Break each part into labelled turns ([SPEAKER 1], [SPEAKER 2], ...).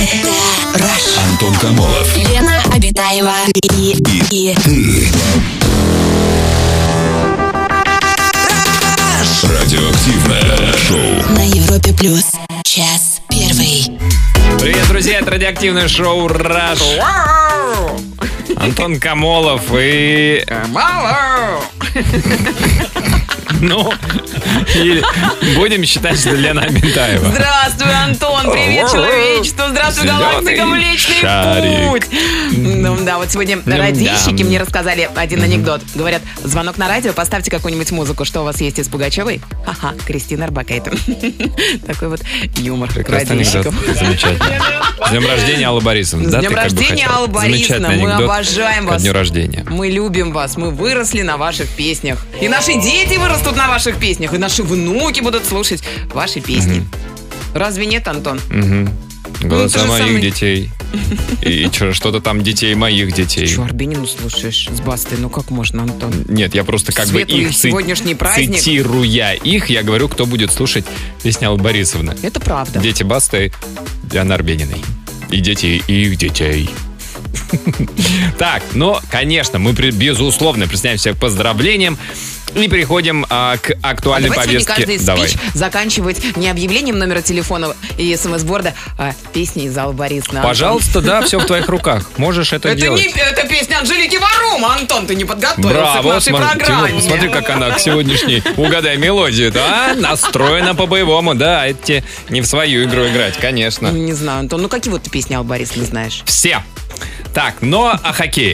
[SPEAKER 1] Это Rush.
[SPEAKER 2] Антон Камолов.
[SPEAKER 1] Лена Обитаева. И
[SPEAKER 2] ты. Радиоактивное шоу
[SPEAKER 1] на Европе Плюс. Час первый.
[SPEAKER 3] Привет, друзья, это радиоактивное шоу «Раш». Антон Камолов и... Ну, или будем считать, что Лена Обитаева.
[SPEAKER 4] Здравствуй, Антон, привет, человечество. Здравствуй, галактика, Млечный Путь. Ну да, вот сегодня радищики мне рассказали один анекдот. Говорят, звонок на радио, поставьте какую-нибудь музыку. Что у вас есть из Пугачевой? Ха-ха, Кристина Орбакайте. Такой вот юмор радищиков.
[SPEAKER 3] Замечательно. С днем рождения, Алла Борисовна.
[SPEAKER 4] С днем рождения, Алла Борисовна. Мы обожаем вас.
[SPEAKER 3] Ко дню рождения.
[SPEAKER 4] Мы любим вас. Мы выросли на ваших песнях. И наши дети вырастут на ваших песнях. И наши внуки будут слушать ваши песни. Разве нет, Антон?
[SPEAKER 3] Голоса моих детей. И что-то там детей моих детей.
[SPEAKER 4] Че, Арбенину слушаешь с Бастой? Ну как можно, Антон?
[SPEAKER 3] Нет, я просто как бы их
[SPEAKER 4] сегодняшний праздник.
[SPEAKER 3] Цитируя их, я говорю, кто будет слушать песню Аллы Борисовны.
[SPEAKER 4] Это правда.
[SPEAKER 3] Дети Басты, Дианы Арбениной. И дети их детей. Так, ну, конечно, мы, безусловно, присоединяемся к поздравлениям и переходим к актуальной повестке.
[SPEAKER 4] Давайте каждый спич заканчивать не объявлением номера телефона и смс-борда, а песней из Аллы Борисовны.
[SPEAKER 3] Пожалуйста, да, все в твоих руках. Можешь это делать.
[SPEAKER 4] Это песня Анжелики Варума, Антон, ты не подготовился к нашей программе.
[SPEAKER 3] Тимур, смотри, как она к сегодняшней «Угадай мелодию», да, настроена по-боевому, да, это не в свою игру играть, конечно.
[SPEAKER 4] Ну, не знаю, Антон, ну какие вот ты песни Аллы Борисовны знаешь?
[SPEAKER 3] Все. Так, но о хоккее.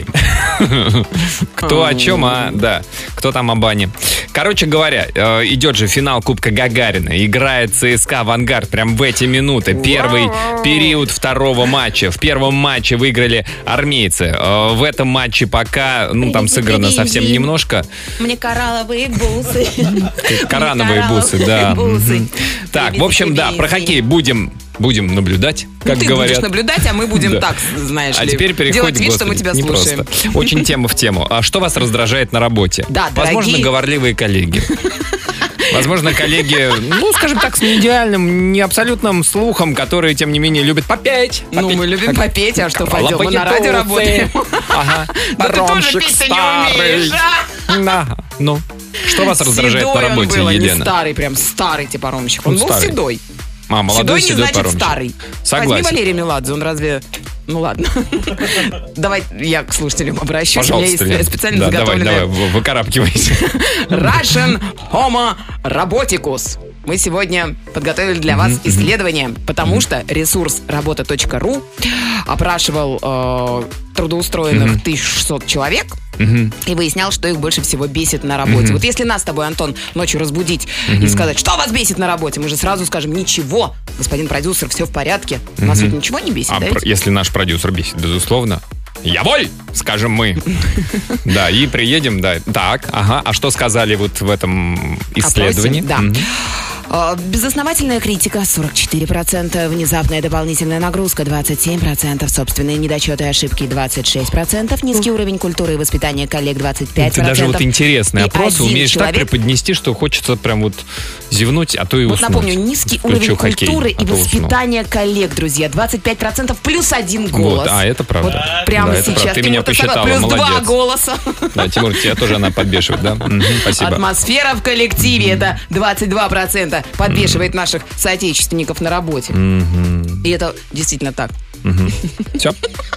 [SPEAKER 3] Кто о чем, да. Кто там о бане. Короче говоря, идет же финал Кубка Гагарина. Играет ЦСКА «Авангард» прям в эти минуты. Первый период второго матча. В первом матче выиграли армейцы. В этом матче пока, ну, там сыграно совсем немножко.
[SPEAKER 4] Мне коралловые бусы.
[SPEAKER 3] Корановые бусы, да. Так, в общем, да, про хоккей будем наблюдать, как говорят.
[SPEAKER 4] Ты будешь наблюдать, а мы будем так, знаешь ли,
[SPEAKER 3] теперь
[SPEAKER 4] делать вид, что мы тебя слушаем.
[SPEAKER 3] Очень тема в тему. А что вас раздражает на работе?
[SPEAKER 4] Да,
[SPEAKER 3] возможно, говорливые коллеги. Возможно, коллеги, ну, скажем так, с неидеальным, не абсолютным слухом, которые, тем не менее, любят попеть.
[SPEAKER 4] Ну, мы любим попеть, а что поделать? Мы на радио работаем.
[SPEAKER 3] Ага.
[SPEAKER 4] Да ты тоже петь-то не умеешь,
[SPEAKER 3] а? Ну, что вас раздражает на работе,
[SPEAKER 4] Елена?
[SPEAKER 3] Елена?
[SPEAKER 4] Не старый, прям старый типа Ромчик. Он был седой.
[SPEAKER 3] Молодой,
[SPEAKER 4] седой не значит
[SPEAKER 3] паромчик.
[SPEAKER 4] Старый.
[SPEAKER 3] Согласен.
[SPEAKER 4] Возьми Валерия Меладзе, он разве... Ну ладно. Давай я к слушателям обращусь.
[SPEAKER 3] Пожалуйста,
[SPEAKER 4] У меня есть специально заготовленная...
[SPEAKER 3] Давай, выкарабкивайся.
[SPEAKER 4] Russian Homo Roboticus. Мы сегодня подготовили для вас исследование, потому что ресурс работа.ру опрашивал трудоустроенных 1600 человек и выяснял, что их больше всего бесит на работе. Вот если нас с тобой, Антон, ночью разбудить и сказать, что вас бесит на работе, мы же сразу скажем, ничего, господин продюсер, все в порядке. Нас вот ничего не бесит, да?
[SPEAKER 3] Если наш продюсер бесит, безусловно. Яволь, скажем мы. Да, и приедем, да. Так, ага. А что сказали вот в этом исследовании?
[SPEAKER 4] Да. Безосновательная критика 44%, внезапная дополнительная нагрузка 27%, собственные недочеты и ошибки 26%, низкий уровень культуры и воспитания коллег 25%.
[SPEAKER 3] Ты даже вот интересный опрос умеешь
[SPEAKER 4] человек...
[SPEAKER 3] так преподнести, что хочется прям вот зевнуть, а то и уснуть.
[SPEAKER 4] Вот напомню, низкий уровень культуры и воспитания коллег, друзья, 25% плюс один голос.
[SPEAKER 3] Вот, это правда.
[SPEAKER 4] Вот прямо
[SPEAKER 3] да,
[SPEAKER 4] сейчас.
[SPEAKER 3] Ты меня посчитала,
[SPEAKER 4] плюс
[SPEAKER 3] молодец.
[SPEAKER 4] 2 голоса.
[SPEAKER 3] Да, Тимур, тебя тоже она подбешивает, да? Спасибо.
[SPEAKER 4] Атмосфера в коллективе, это 22%. Подбешивает наших соотечественников на работе. И это действительно так.
[SPEAKER 3] Все?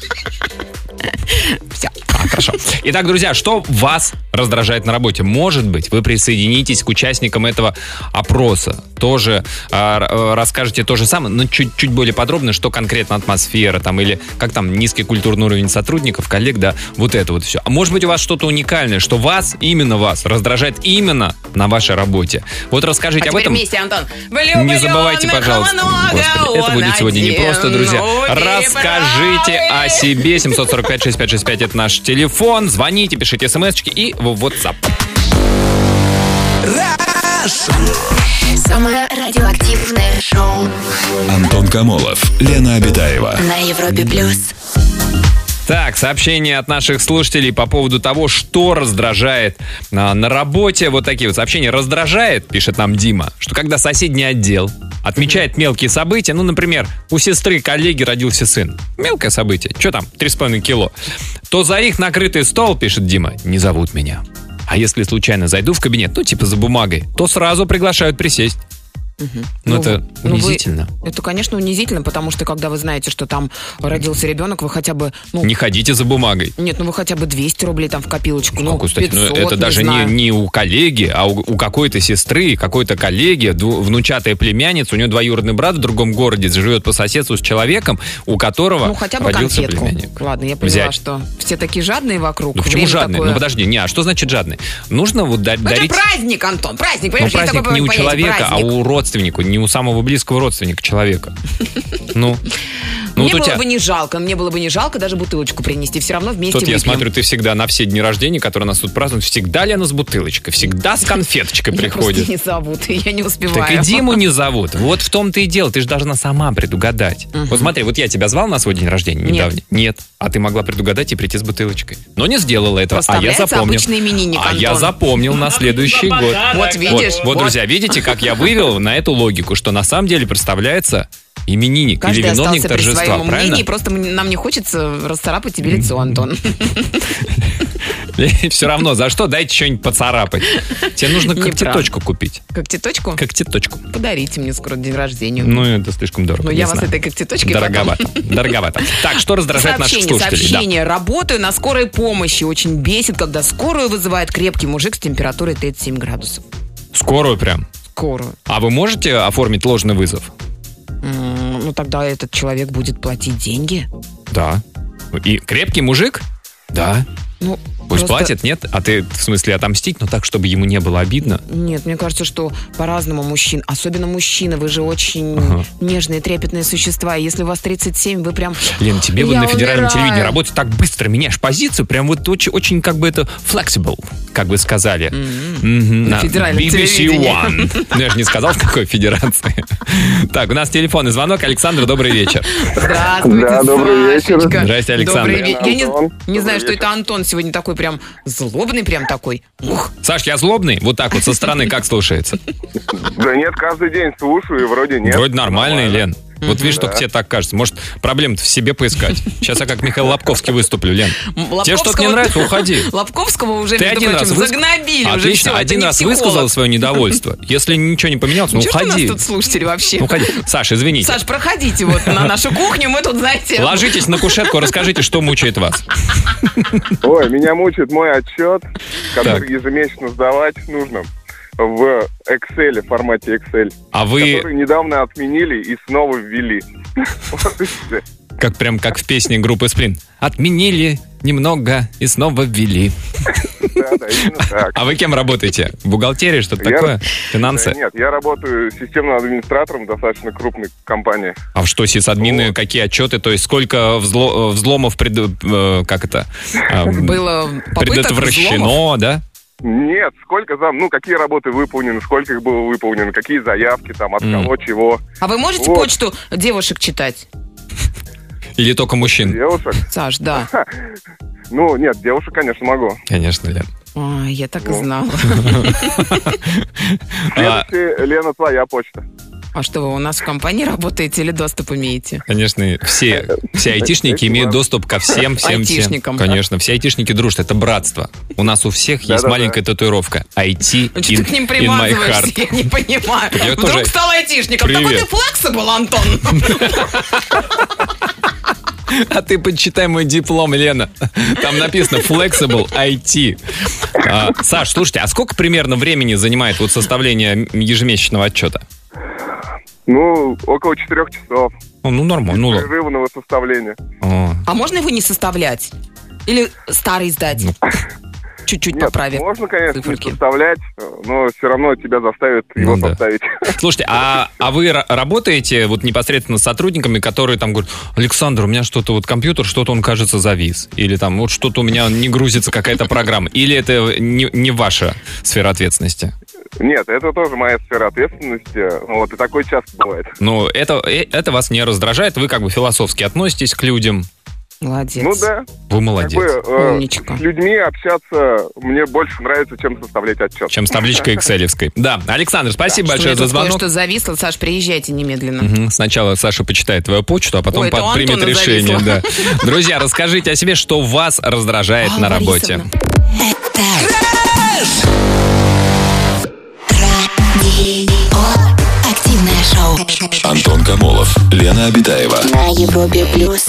[SPEAKER 4] Все.
[SPEAKER 3] Хорошо. Итак, друзья, что вас раздражает на работе? Может быть, вы присоединитесь к участникам этого опроса. Тоже расскажете то же самое, но чуть более подробно, что конкретно атмосфера там, или как там низкий культурный уровень сотрудников, коллег, да, вот это вот все. А может быть, у вас что-то уникальное, что именно вас раздражает именно на вашей работе. Вот расскажите об этом.
[SPEAKER 4] Вместе, Антон.
[SPEAKER 3] Не забывайте, пожалуйста. Господи, это будет сегодня непросто, друзья. Расскажите о себе. 745-6565 это наш телефон. Звоните, пишите смс-очки и в WhatsApp.
[SPEAKER 1] самое радиоактивное шоу.
[SPEAKER 2] Антон Камолов, Лена Обитаева.
[SPEAKER 1] На Европе Плюс.
[SPEAKER 3] Так, сообщения от наших слушателей по поводу того, что раздражает на работе. Вот такие вот сообщения. Раздражает, пишет нам Дима, что когда соседний отдел отмечает мелкие события, ну, например, у сестры коллеги родился сын. Мелкое событие. Что там? 3,5 кило. То за их накрытый стол, пишет Дима, не зовут меня. А если случайно зайду в кабинет, ну, типа за бумагой, то сразу приглашают присесть. Ну, это унизительно.
[SPEAKER 4] Это, конечно, унизительно, потому что, когда вы знаете, что там родился ребенок, вы хотя бы...
[SPEAKER 3] Не ходите за бумагой.
[SPEAKER 4] Нет, ну вы хотя бы 200 рублей там в копилочку.
[SPEAKER 3] Ну, кстати, 500, это даже не у коллеги, а у какой-то сестры, какой-то коллеги, внучатая племянница, у нее двоюродный брат в другом городе живет по соседству с человеком, у которого
[SPEAKER 4] хотя бы
[SPEAKER 3] родился
[SPEAKER 4] конфетку.
[SPEAKER 3] Племянник.
[SPEAKER 4] Ладно, я поняла, что все такие жадные вокруг.
[SPEAKER 3] Ну почему жадные?
[SPEAKER 4] Такое...
[SPEAKER 3] Ну подожди, а что значит жадный? Нужно вот дарить...
[SPEAKER 4] Это праздник, Антон, праздник.
[SPEAKER 3] Ну, праздник не у человека, а у родственника, не у самого близкого родственника человека. Мне
[SPEAKER 4] было бы не жалко даже бутылочку принести. Все равно вместе
[SPEAKER 3] Тут
[SPEAKER 4] выпьем.
[SPEAKER 3] я смотрю, ты всегда на все дни рождения, которые у нас тут празднуют, всегда Лена с бутылочкой, всегда с конфеточкой приходит.
[SPEAKER 4] Меня просто не зовут, я не успеваю.
[SPEAKER 3] Так и Диму не зовут. Вот в том-то и дело. Ты же должна сама предугадать. Вот смотри, вот я тебя звал на свой день рождения недавний. Нет. А ты могла предугадать и прийти с бутылочкой. Но не сделала этого. А я запомнил.
[SPEAKER 4] Обычный именинник,
[SPEAKER 3] А
[SPEAKER 4] Антон.
[SPEAKER 3] я запомнил на следующий год.
[SPEAKER 4] Вот видишь?
[SPEAKER 3] Вот, друзья, видите, как я вывел на эту логику, что на самом деле представляется именинник
[SPEAKER 4] Каждый
[SPEAKER 3] или виновник
[SPEAKER 4] остался при
[SPEAKER 3] торжества,
[SPEAKER 4] своем
[SPEAKER 3] правильно?
[SPEAKER 4] мнении, просто нам не хочется расцарапать тебе лицо, Антон.
[SPEAKER 3] Все равно, за что? Дайте что-нибудь поцарапать. Тебе нужно когтеточку купить.
[SPEAKER 4] Когтеточку?
[SPEAKER 3] Когтеточку.
[SPEAKER 4] Подарите мне скоро день рождения.
[SPEAKER 3] Ну, это слишком дорого.
[SPEAKER 4] Но я вас этой когтеточкой
[SPEAKER 3] Дороговато. Так, что раздражает наших слушателей?
[SPEAKER 4] Сообщение. Работаю на скорой помощи. Очень бесит, когда скорую вызывает крепкий мужик с температурой 37 градусов.
[SPEAKER 3] Скорую прям?
[SPEAKER 4] Скорую.
[SPEAKER 3] А вы можете оформить ложный вызов?
[SPEAKER 4] Ну, тогда этот человек будет платить деньги.
[SPEAKER 3] Да. И крепкий мужик? Да.
[SPEAKER 4] Ну,
[SPEAKER 3] пусть платит, нет? А ты, в смысле, отомстить, но так, чтобы ему не было обидно?
[SPEAKER 4] Нет, мне кажется, что по-разному мужчин, особенно мужчины, вы же очень нежные, трепетные существа. И если у вас 37, вы прям...
[SPEAKER 3] Лен, тебе вот на федеральном телевидении работать так быстро, меняешь позицию, прям вот очень как бы это flexible, как бы сказали.
[SPEAKER 4] На федеральном телевидении.
[SPEAKER 3] BBC One. Ну, я же не сказал, в какой федерации. Так, у нас телефонный звонок. Александр, добрый вечер.
[SPEAKER 4] Здравствуйте,
[SPEAKER 5] да, добрый вечер.
[SPEAKER 3] Здрасте, Александр.
[SPEAKER 4] Я не знаю, что это Антон сегодня такой прям злобный, прям такой. Ух.
[SPEAKER 3] Саш, я злобный? Вот так вот со стороны как слушается?
[SPEAKER 5] Да нет, каждый день слушаю, и вроде нет.
[SPEAKER 3] Вроде нормальный, Лен. Вот видишь, только тебе так кажется. Может, проблем-то в себе поискать. Сейчас я как Михаил Лобковский выступлю, Лен. Тебе что-то не нравится, уходи.
[SPEAKER 4] Лобковского уже,
[SPEAKER 3] ты
[SPEAKER 4] между
[SPEAKER 3] один
[SPEAKER 4] прочим,
[SPEAKER 3] раз
[SPEAKER 4] загнобили.
[SPEAKER 3] Отлично, один раз высказал свое недовольство. Если ничего не поменялось, ну уходи.
[SPEAKER 4] Что у нас тут слушатели вообще?
[SPEAKER 3] Уходи. Саш, извините.
[SPEAKER 4] Саш, проходите вот на нашу кухню, мы тут, знаете...
[SPEAKER 3] Ложитесь на кушетку, расскажите, что мучает вас.
[SPEAKER 5] Ой, меня мучает мой отчет, который ежемесячно сдавать нужно в Excel, в формате Excel.
[SPEAKER 3] А вы...
[SPEAKER 5] Который недавно отменили и снова ввели. Вот и все.
[SPEAKER 3] Как в песне группы Сплин. Отменили немного и снова ввели.
[SPEAKER 5] Да, именно так.
[SPEAKER 3] А вы кем работаете? В бухгалтерии, что-то такое? Финансы?
[SPEAKER 5] Нет, я работаю системным администратором достаточно крупной компании.
[SPEAKER 3] А что, сисадмины, какие отчеты? То есть сколько взломов
[SPEAKER 4] Было
[SPEAKER 3] предотвращено, да?
[SPEAKER 5] Нет, сколько какие работы выполнены, сколько их было выполнено, какие заявки там, от кого, чего.
[SPEAKER 4] А вы можете почту девушек читать?
[SPEAKER 3] Или только мужчин?
[SPEAKER 5] Девушек?
[SPEAKER 4] Саш, да.
[SPEAKER 5] Ну, нет, девушек, конечно, могу.
[SPEAKER 3] Конечно, Лен.
[SPEAKER 4] Ой, я так и знала.
[SPEAKER 5] Следующая, Лена, твоя почта.
[SPEAKER 4] А что, вы у нас в компании работаете или доступ имеете?
[SPEAKER 3] Конечно, все айтишники имеют доступ ко всем.
[SPEAKER 4] Айтишникам.
[SPEAKER 3] Конечно, все айтишники дружат, это братство. У нас у всех есть маленькая татуировка. IT
[SPEAKER 4] ну, что ты к ним примазываешься, я не понимаю. Вдруг стал айтишником. Такой ты флексибл, Антон.
[SPEAKER 3] А ты почитай мой диплом, Лена. Там написано Flexible IT. Саш, слушайте, а сколько примерно времени занимает вот составление ежемесячного отчета?
[SPEAKER 5] Ну, около 4 часов.
[SPEAKER 3] Ну, нормально.
[SPEAKER 5] Непрерывного составления.
[SPEAKER 4] А можно его не составлять? Или старый сдать? Чуть-чуть поправив.
[SPEAKER 5] Можно, конечно, не составлять, но все равно тебя заставят его составить.
[SPEAKER 3] Слушайте, а вы работаете вот непосредственно с сотрудниками, которые там говорят: Александр, у меня что-то вот компьютер, что-то он, кажется, завис. Или там вот что-то у меня не грузится какая-то программа. Или это не ваша сфера ответственности?
[SPEAKER 5] Нет, это тоже моя сфера ответственности. Вот, и такой часто бывает.
[SPEAKER 3] Ну, это вас не раздражает? Вы как бы философски относитесь к людям?
[SPEAKER 4] Молодец.
[SPEAKER 5] Ну да.
[SPEAKER 3] Вы молодец.
[SPEAKER 4] Умничка.
[SPEAKER 5] С людьми общаться мне больше нравится, чем составлять отчет.
[SPEAKER 3] Чем с табличкой экселевской. Да, Александр, спасибо большое за звонок.
[SPEAKER 4] Что зависло, Саш, приезжайте немедленно.
[SPEAKER 3] Мгм. Сначала Саша почитает твою почту, а потом
[SPEAKER 4] Ой, это у
[SPEAKER 3] примет
[SPEAKER 4] Антона
[SPEAKER 3] решение.
[SPEAKER 4] зависло.
[SPEAKER 3] Да. Друзья, расскажите о себе, что вас раздражает на работе.
[SPEAKER 4] Борисовна.
[SPEAKER 1] Радио. Активное шоу.
[SPEAKER 2] Антон Камолов, Лена Обитаева.
[SPEAKER 1] На Европе плюс.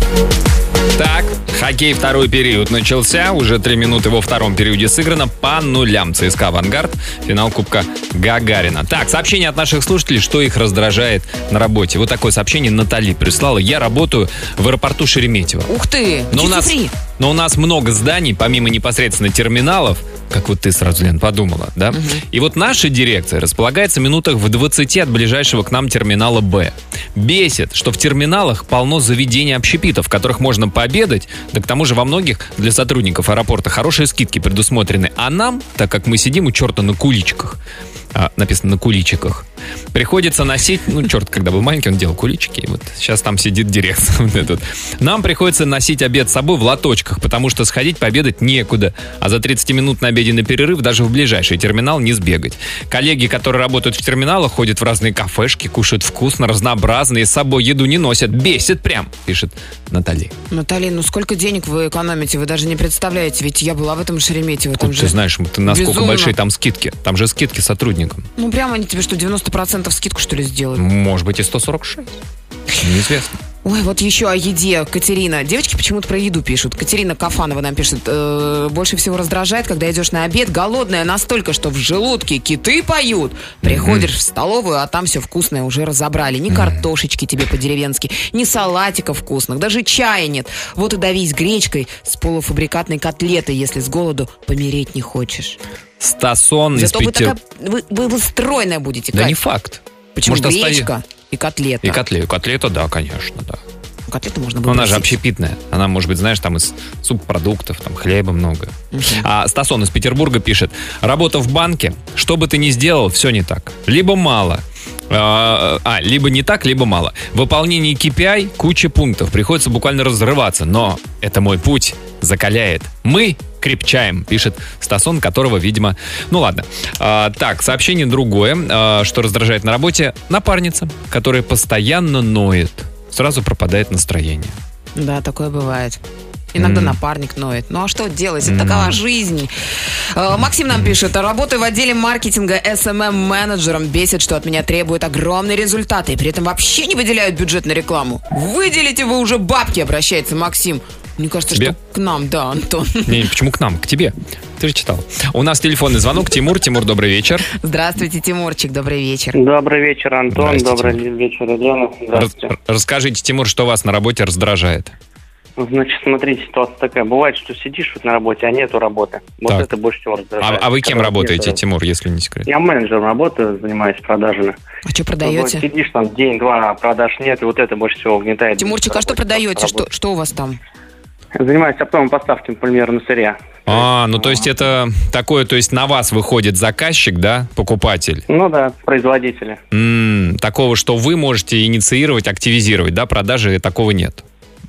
[SPEAKER 3] Так, хоккей второй период начался. Уже 3 минуты во втором периоде сыграно по нулям. ЦСКА «Авангард». Финал Кубка Гагарина. Так, сообщение от наших слушателей, что их раздражает на работе. Вот такое сообщение Натали прислала. Я работаю в аэропорту Шереметьево.
[SPEAKER 4] Ух ты,
[SPEAKER 3] Но у нас много зданий, помимо непосредственно терминалов, как вот ты сразу, Лен, подумала, да? И вот наша дирекция располагается в минутах в 20 от ближайшего к нам терминала «Б». Бесит, что в терминалах полно заведений общепитов, в которых можно пообедать, да к тому же во многих для сотрудников аэропорта хорошие скидки предусмотрены. А нам, так как мы сидим у черта на куличках, написано на куличиках, приходится носить, черт, когда был маленький, он делал куличики, и вот сейчас там сидит директор. Вот этот. Нам приходится носить обед с собой в лоточках, потому что сходить пообедать некуда, а за 30 минут на обеденный перерыв даже в ближайший терминал не сбегать. Коллеги, которые работают в терминалах, ходят в разные кафешки, кушают вкусно, разнообразно, и с собой еду не носят. Бесит прям, пишет Наталья.
[SPEAKER 4] Наталья, ну сколько денег вы экономите? Вы даже не представляете, ведь я была в этом Шереметьево. Там
[SPEAKER 3] Ты знаешь, насколько
[SPEAKER 4] безумно.
[SPEAKER 3] большие там скидки. Там же скидки сотрудникам.
[SPEAKER 4] Ну прямо они тебе что, 90% скидку что ли сделают?
[SPEAKER 3] Может быть и 146. Неизвестно.
[SPEAKER 4] Ой, вот еще о еде. Катерина. Девочки почему-то про еду пишут. Катерина Кафанова нам пишет. Больше всего раздражает, когда идешь на обед, голодная настолько, что в желудке киты поют. Приходишь в столовую, а там все вкусное уже разобрали. Ни картошечки тебе по-деревенски, ни салатиков вкусных, даже чая нет. Вот и давись гречкой с полуфабрикатной котлетой, если с голоду помереть не хочешь.
[SPEAKER 3] Стасон из
[SPEAKER 4] Зато вы
[SPEAKER 3] Петербурга.
[SPEAKER 4] вы стройная будете,
[SPEAKER 3] Да
[SPEAKER 4] Кать.
[SPEAKER 3] не факт.
[SPEAKER 4] Почему
[SPEAKER 3] Может,
[SPEAKER 4] гречка и котлета?
[SPEAKER 3] И котлета, да, конечно, да.
[SPEAKER 4] Котлету можно
[SPEAKER 3] Но она же
[SPEAKER 4] выбросить.
[SPEAKER 3] общепитная. Она, может быть, знаешь, там из субпродуктов, там хлеба много. А Стасон из Петербурга пишет. Работа в банке, что бы ты ни сделал, все не так. Либо мало. Либо не так, либо мало. В выполнении KPI куча пунктов. Приходится буквально разрываться. Но это мой путь закаляет. Мы крепчаем, пишет Стасон, которого, видимо... Ну ладно. Так, сообщение другое. Что раздражает на работе? Напарница, которая постоянно ноет. Сразу пропадает настроение.
[SPEAKER 4] Да, такое бывает. Иногда напарник ноет. Ну а что делать? Это такова жизнь. Максим нам пишет. Работаю в отделе маркетинга SMM-менеджером. Бесит, что от меня требуют огромные результаты. И при этом вообще не выделяют бюджет на рекламу. Выделите вы уже бабки, обращается Максим. Мне кажется,
[SPEAKER 3] Тебе?
[SPEAKER 4] что к нам, да, Антон.
[SPEAKER 3] Не, почему к нам? К тебе. Ты же читал. У нас телефонный звонок. Тимур, добрый вечер.
[SPEAKER 4] Здравствуйте, Тимурчик, добрый вечер.
[SPEAKER 6] Добрый вечер, Антон.
[SPEAKER 3] Здрасте,
[SPEAKER 6] Добрый вечер, Елена. Здравствуйте.
[SPEAKER 3] Расскажите, Тимур, что вас на работе раздражает?
[SPEAKER 6] Значит, смотрите, ситуация такая. Бывает, что сидишь вот на работе, а нету работы. Вот
[SPEAKER 3] Так.
[SPEAKER 6] это больше всего раздражает.
[SPEAKER 3] А вы кем
[SPEAKER 6] Когда
[SPEAKER 3] работаете,
[SPEAKER 6] нету-
[SPEAKER 3] Тимур, если не секрет?
[SPEAKER 6] Я менеджером работаю, занимаюсь продажами.
[SPEAKER 4] А что
[SPEAKER 6] Вот
[SPEAKER 4] продаете?
[SPEAKER 6] сидишь там день-два, а продаж нет, и вот это больше всего угнетает.
[SPEAKER 4] Тимурчик, а что
[SPEAKER 6] Работе,
[SPEAKER 4] продаете?
[SPEAKER 6] работе.
[SPEAKER 4] Что у вас там?
[SPEAKER 6] Занимаюсь оптовым поставками полимерного сырья.
[SPEAKER 3] Ну то есть это такое, то есть на вас выходит заказчик, да, покупатель?
[SPEAKER 6] Ну да, производители.
[SPEAKER 3] Такого, что вы можете инициировать, активизировать, да, продажи такого нет.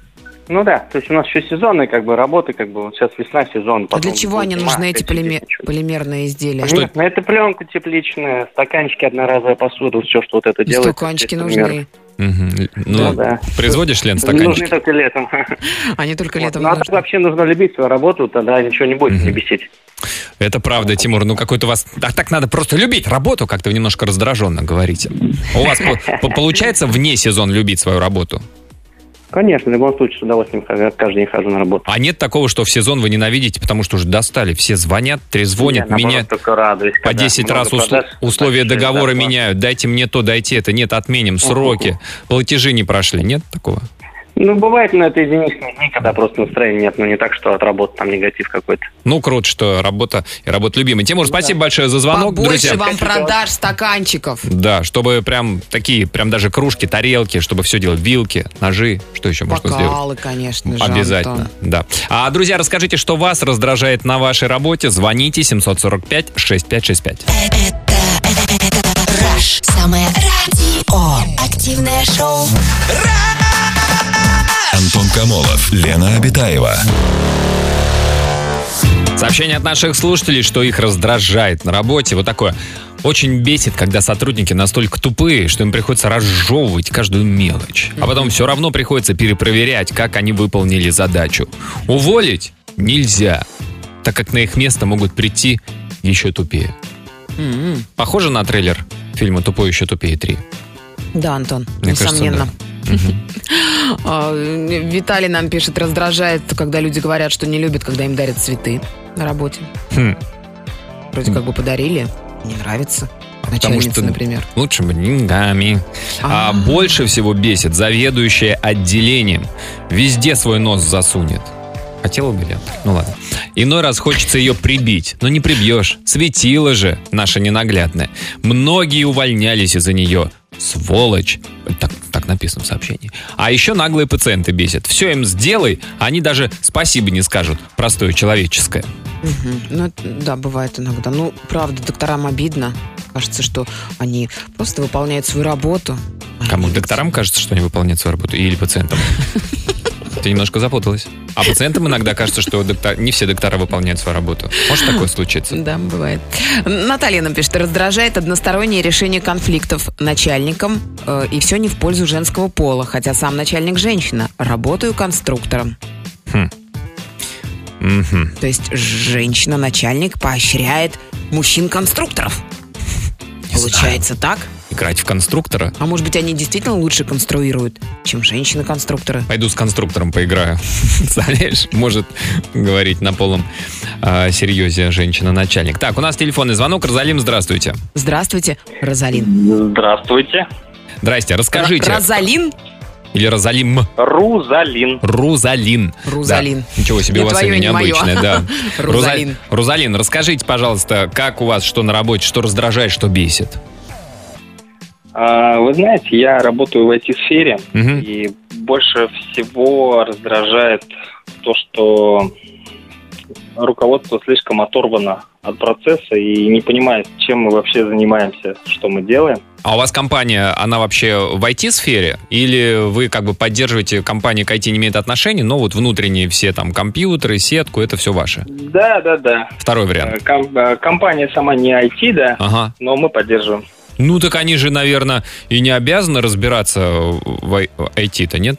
[SPEAKER 6] Ну да, то есть у нас еще сезонные работы, вот сейчас весна, сезон.
[SPEAKER 4] А для
[SPEAKER 6] потом
[SPEAKER 4] чего они
[SPEAKER 6] зима,
[SPEAKER 4] нужны, эти
[SPEAKER 6] опять идет ничего.
[SPEAKER 4] полимерные изделия?
[SPEAKER 3] Что
[SPEAKER 6] Нет, это пленка тепличная, стаканчики, одноразовая посуда, вот все, что вот это делается.
[SPEAKER 4] Стаканчики
[SPEAKER 6] то есть, например,
[SPEAKER 4] нужны.
[SPEAKER 3] Ну,
[SPEAKER 6] Ну, да.
[SPEAKER 3] производишь, Лен,
[SPEAKER 6] Нужны
[SPEAKER 3] стаканчики?
[SPEAKER 6] только летом.
[SPEAKER 4] Они только летом
[SPEAKER 6] Ну, а так
[SPEAKER 4] нужны.
[SPEAKER 6] вообще нужно любить свою работу, тогда ничего не будет, не бесить.
[SPEAKER 3] Это правда, Тимур, какой-то у вас... А так надо просто любить работу, как-то вы немножко раздраженно говорите. У вас получается вне сезон любить свою работу?
[SPEAKER 6] Конечно, в любом случае с удовольствием каждый день хожу на работу.
[SPEAKER 3] А нет такого, что в сезон вы ненавидите, потому что уже достали, все звонят, трезвонят,
[SPEAKER 6] Я, наоборот,
[SPEAKER 3] меняют,
[SPEAKER 6] только радуюсь,
[SPEAKER 3] по
[SPEAKER 6] когда
[SPEAKER 3] 10
[SPEAKER 6] много
[SPEAKER 3] раз
[SPEAKER 6] продаж,
[SPEAKER 3] условия
[SPEAKER 6] большая
[SPEAKER 3] договора
[SPEAKER 6] зарплата.
[SPEAKER 3] меняют, дайте мне то, дайте это, нет, отменим, сроки, платежи не прошли, нет такого?
[SPEAKER 6] Ну, бывает, но это единичные дни, когда просто настроения нет, но не так, что от работы там негатив какой-то.
[SPEAKER 3] Ну, круто, что работа и работа любимая. Тимур, спасибо большое за звонок,
[SPEAKER 4] Побольше
[SPEAKER 3] друзья.
[SPEAKER 4] вам продаж стаканчиков.
[SPEAKER 3] Да, чтобы прям такие, прям даже кружки, тарелки, чтобы все делать, вилки, ножи, что еще можно сделать?
[SPEAKER 4] Бокалы, конечно же,
[SPEAKER 3] Обязательно,
[SPEAKER 4] Антон.
[SPEAKER 3] да. Друзья, расскажите, что вас раздражает на вашей работе. Звоните 745-6565.
[SPEAKER 1] Это Rush. Самое радио. Активное шоу.
[SPEAKER 2] Антон Камолов, Лена Обитаева.
[SPEAKER 3] Сообщение от наших слушателей, что их раздражает на работе. Вот такое. Очень бесит, когда сотрудники настолько тупые, что им приходится разжевывать каждую мелочь. А потом все равно приходится перепроверять, как они выполнили задачу. Уволить нельзя, так как на их место могут прийти еще тупее. Похоже на трейлер фильма «Тупой еще тупее 3».
[SPEAKER 4] Да, Антон,
[SPEAKER 3] Мне
[SPEAKER 4] несомненно.
[SPEAKER 3] кажется,
[SPEAKER 4] Виталий нам пишет, раздражает, когда люди говорят, что не любят, когда им дарят цветы на работе. Вроде как бы подарили, не нравится. Начальница, например.
[SPEAKER 3] Лучше бы деньгами. А больше всего бесит заведующая отделением. Везде свой нос засунет. Хотела бы, Лен? Ну ладно. Иной раз хочется ее прибить, но не прибьешь. Светила же наша ненаглядная. Многие увольнялись из-за нее. Сволочь. Так написано в сообщении. А еще наглые пациенты бесят. Все им сделай, а они даже спасибо не скажут. Простое человеческое.
[SPEAKER 4] Ну, да, бывает иногда. Ну, правда, докторам обидно. Кажется, что они просто выполняют свою работу.
[SPEAKER 3] Кому? Докторам кажется, что они выполняют свою работу? Или пациентам? Ты немножко запуталась. А пациентам иногда кажется, что не все доктора выполняют свою работу. Может такое случиться?
[SPEAKER 4] Да, бывает. Наталья нам пишет, раздражает одностороннее решение конфликтов начальником, и все не в пользу женского пола, хотя сам начальник женщина. Работаю конструктором. То есть женщина-начальник поощряет мужчин-конструкторов. Получается так?
[SPEAKER 3] Играть в конструктора?
[SPEAKER 4] А может быть, они действительно лучше конструируют, чем женщины-конструкторы?
[SPEAKER 3] Пойду с конструктором поиграю. Представляешь, может говорить на полном серьезе женщина-начальник. Так, у нас телефонный звонок. Розалим, здравствуйте.
[SPEAKER 4] Здравствуйте, Розалин.
[SPEAKER 6] Здравствуйте.
[SPEAKER 3] Здрасте, расскажите.
[SPEAKER 4] Розалин?
[SPEAKER 3] Или Розалим?
[SPEAKER 6] Рузалин.
[SPEAKER 3] Рузалин.
[SPEAKER 4] Рузалин.
[SPEAKER 3] Да. Ничего себе,
[SPEAKER 4] Не
[SPEAKER 3] у вас
[SPEAKER 4] твое,
[SPEAKER 3] имя
[SPEAKER 4] не мое.
[SPEAKER 3] необычное. Да.
[SPEAKER 4] Рузалин.
[SPEAKER 3] Рузалин, расскажите, пожалуйста, как у вас, что на работе, что раздражает, что бесит?
[SPEAKER 6] Вы знаете, я работаю в IT-сфере,
[SPEAKER 3] Мгм.
[SPEAKER 6] и больше всего раздражает то, что руководство слишком оторвано от процесса и не понимает, чем мы вообще занимаемся, что мы делаем.
[SPEAKER 3] А у вас компания, она вообще в IT-сфере? Или вы как бы поддерживаете, компания к IT не имеет отношения, но вот внутренние все там компьютеры, сетку, это все ваше?
[SPEAKER 6] Да.
[SPEAKER 3] Второй вариант.
[SPEAKER 6] Компания сама не IT, да,
[SPEAKER 3] Ага.
[SPEAKER 6] но мы поддерживаем.
[SPEAKER 3] Ну, так они же, наверное, и не обязаны разбираться в IT-то, нет?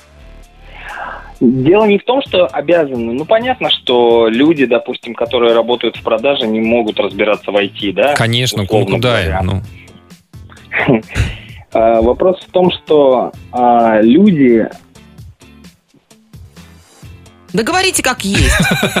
[SPEAKER 6] Дело не в том, что обязаны. Ну, понятно, что люди, допустим, которые работают в продаже, не могут разбираться в IT, да?
[SPEAKER 3] Конечно,
[SPEAKER 6] условно
[SPEAKER 3] куда
[SPEAKER 6] говоря.
[SPEAKER 3] им? Ну.
[SPEAKER 6] Вопрос в том, что люди...
[SPEAKER 4] Да говорите как есть.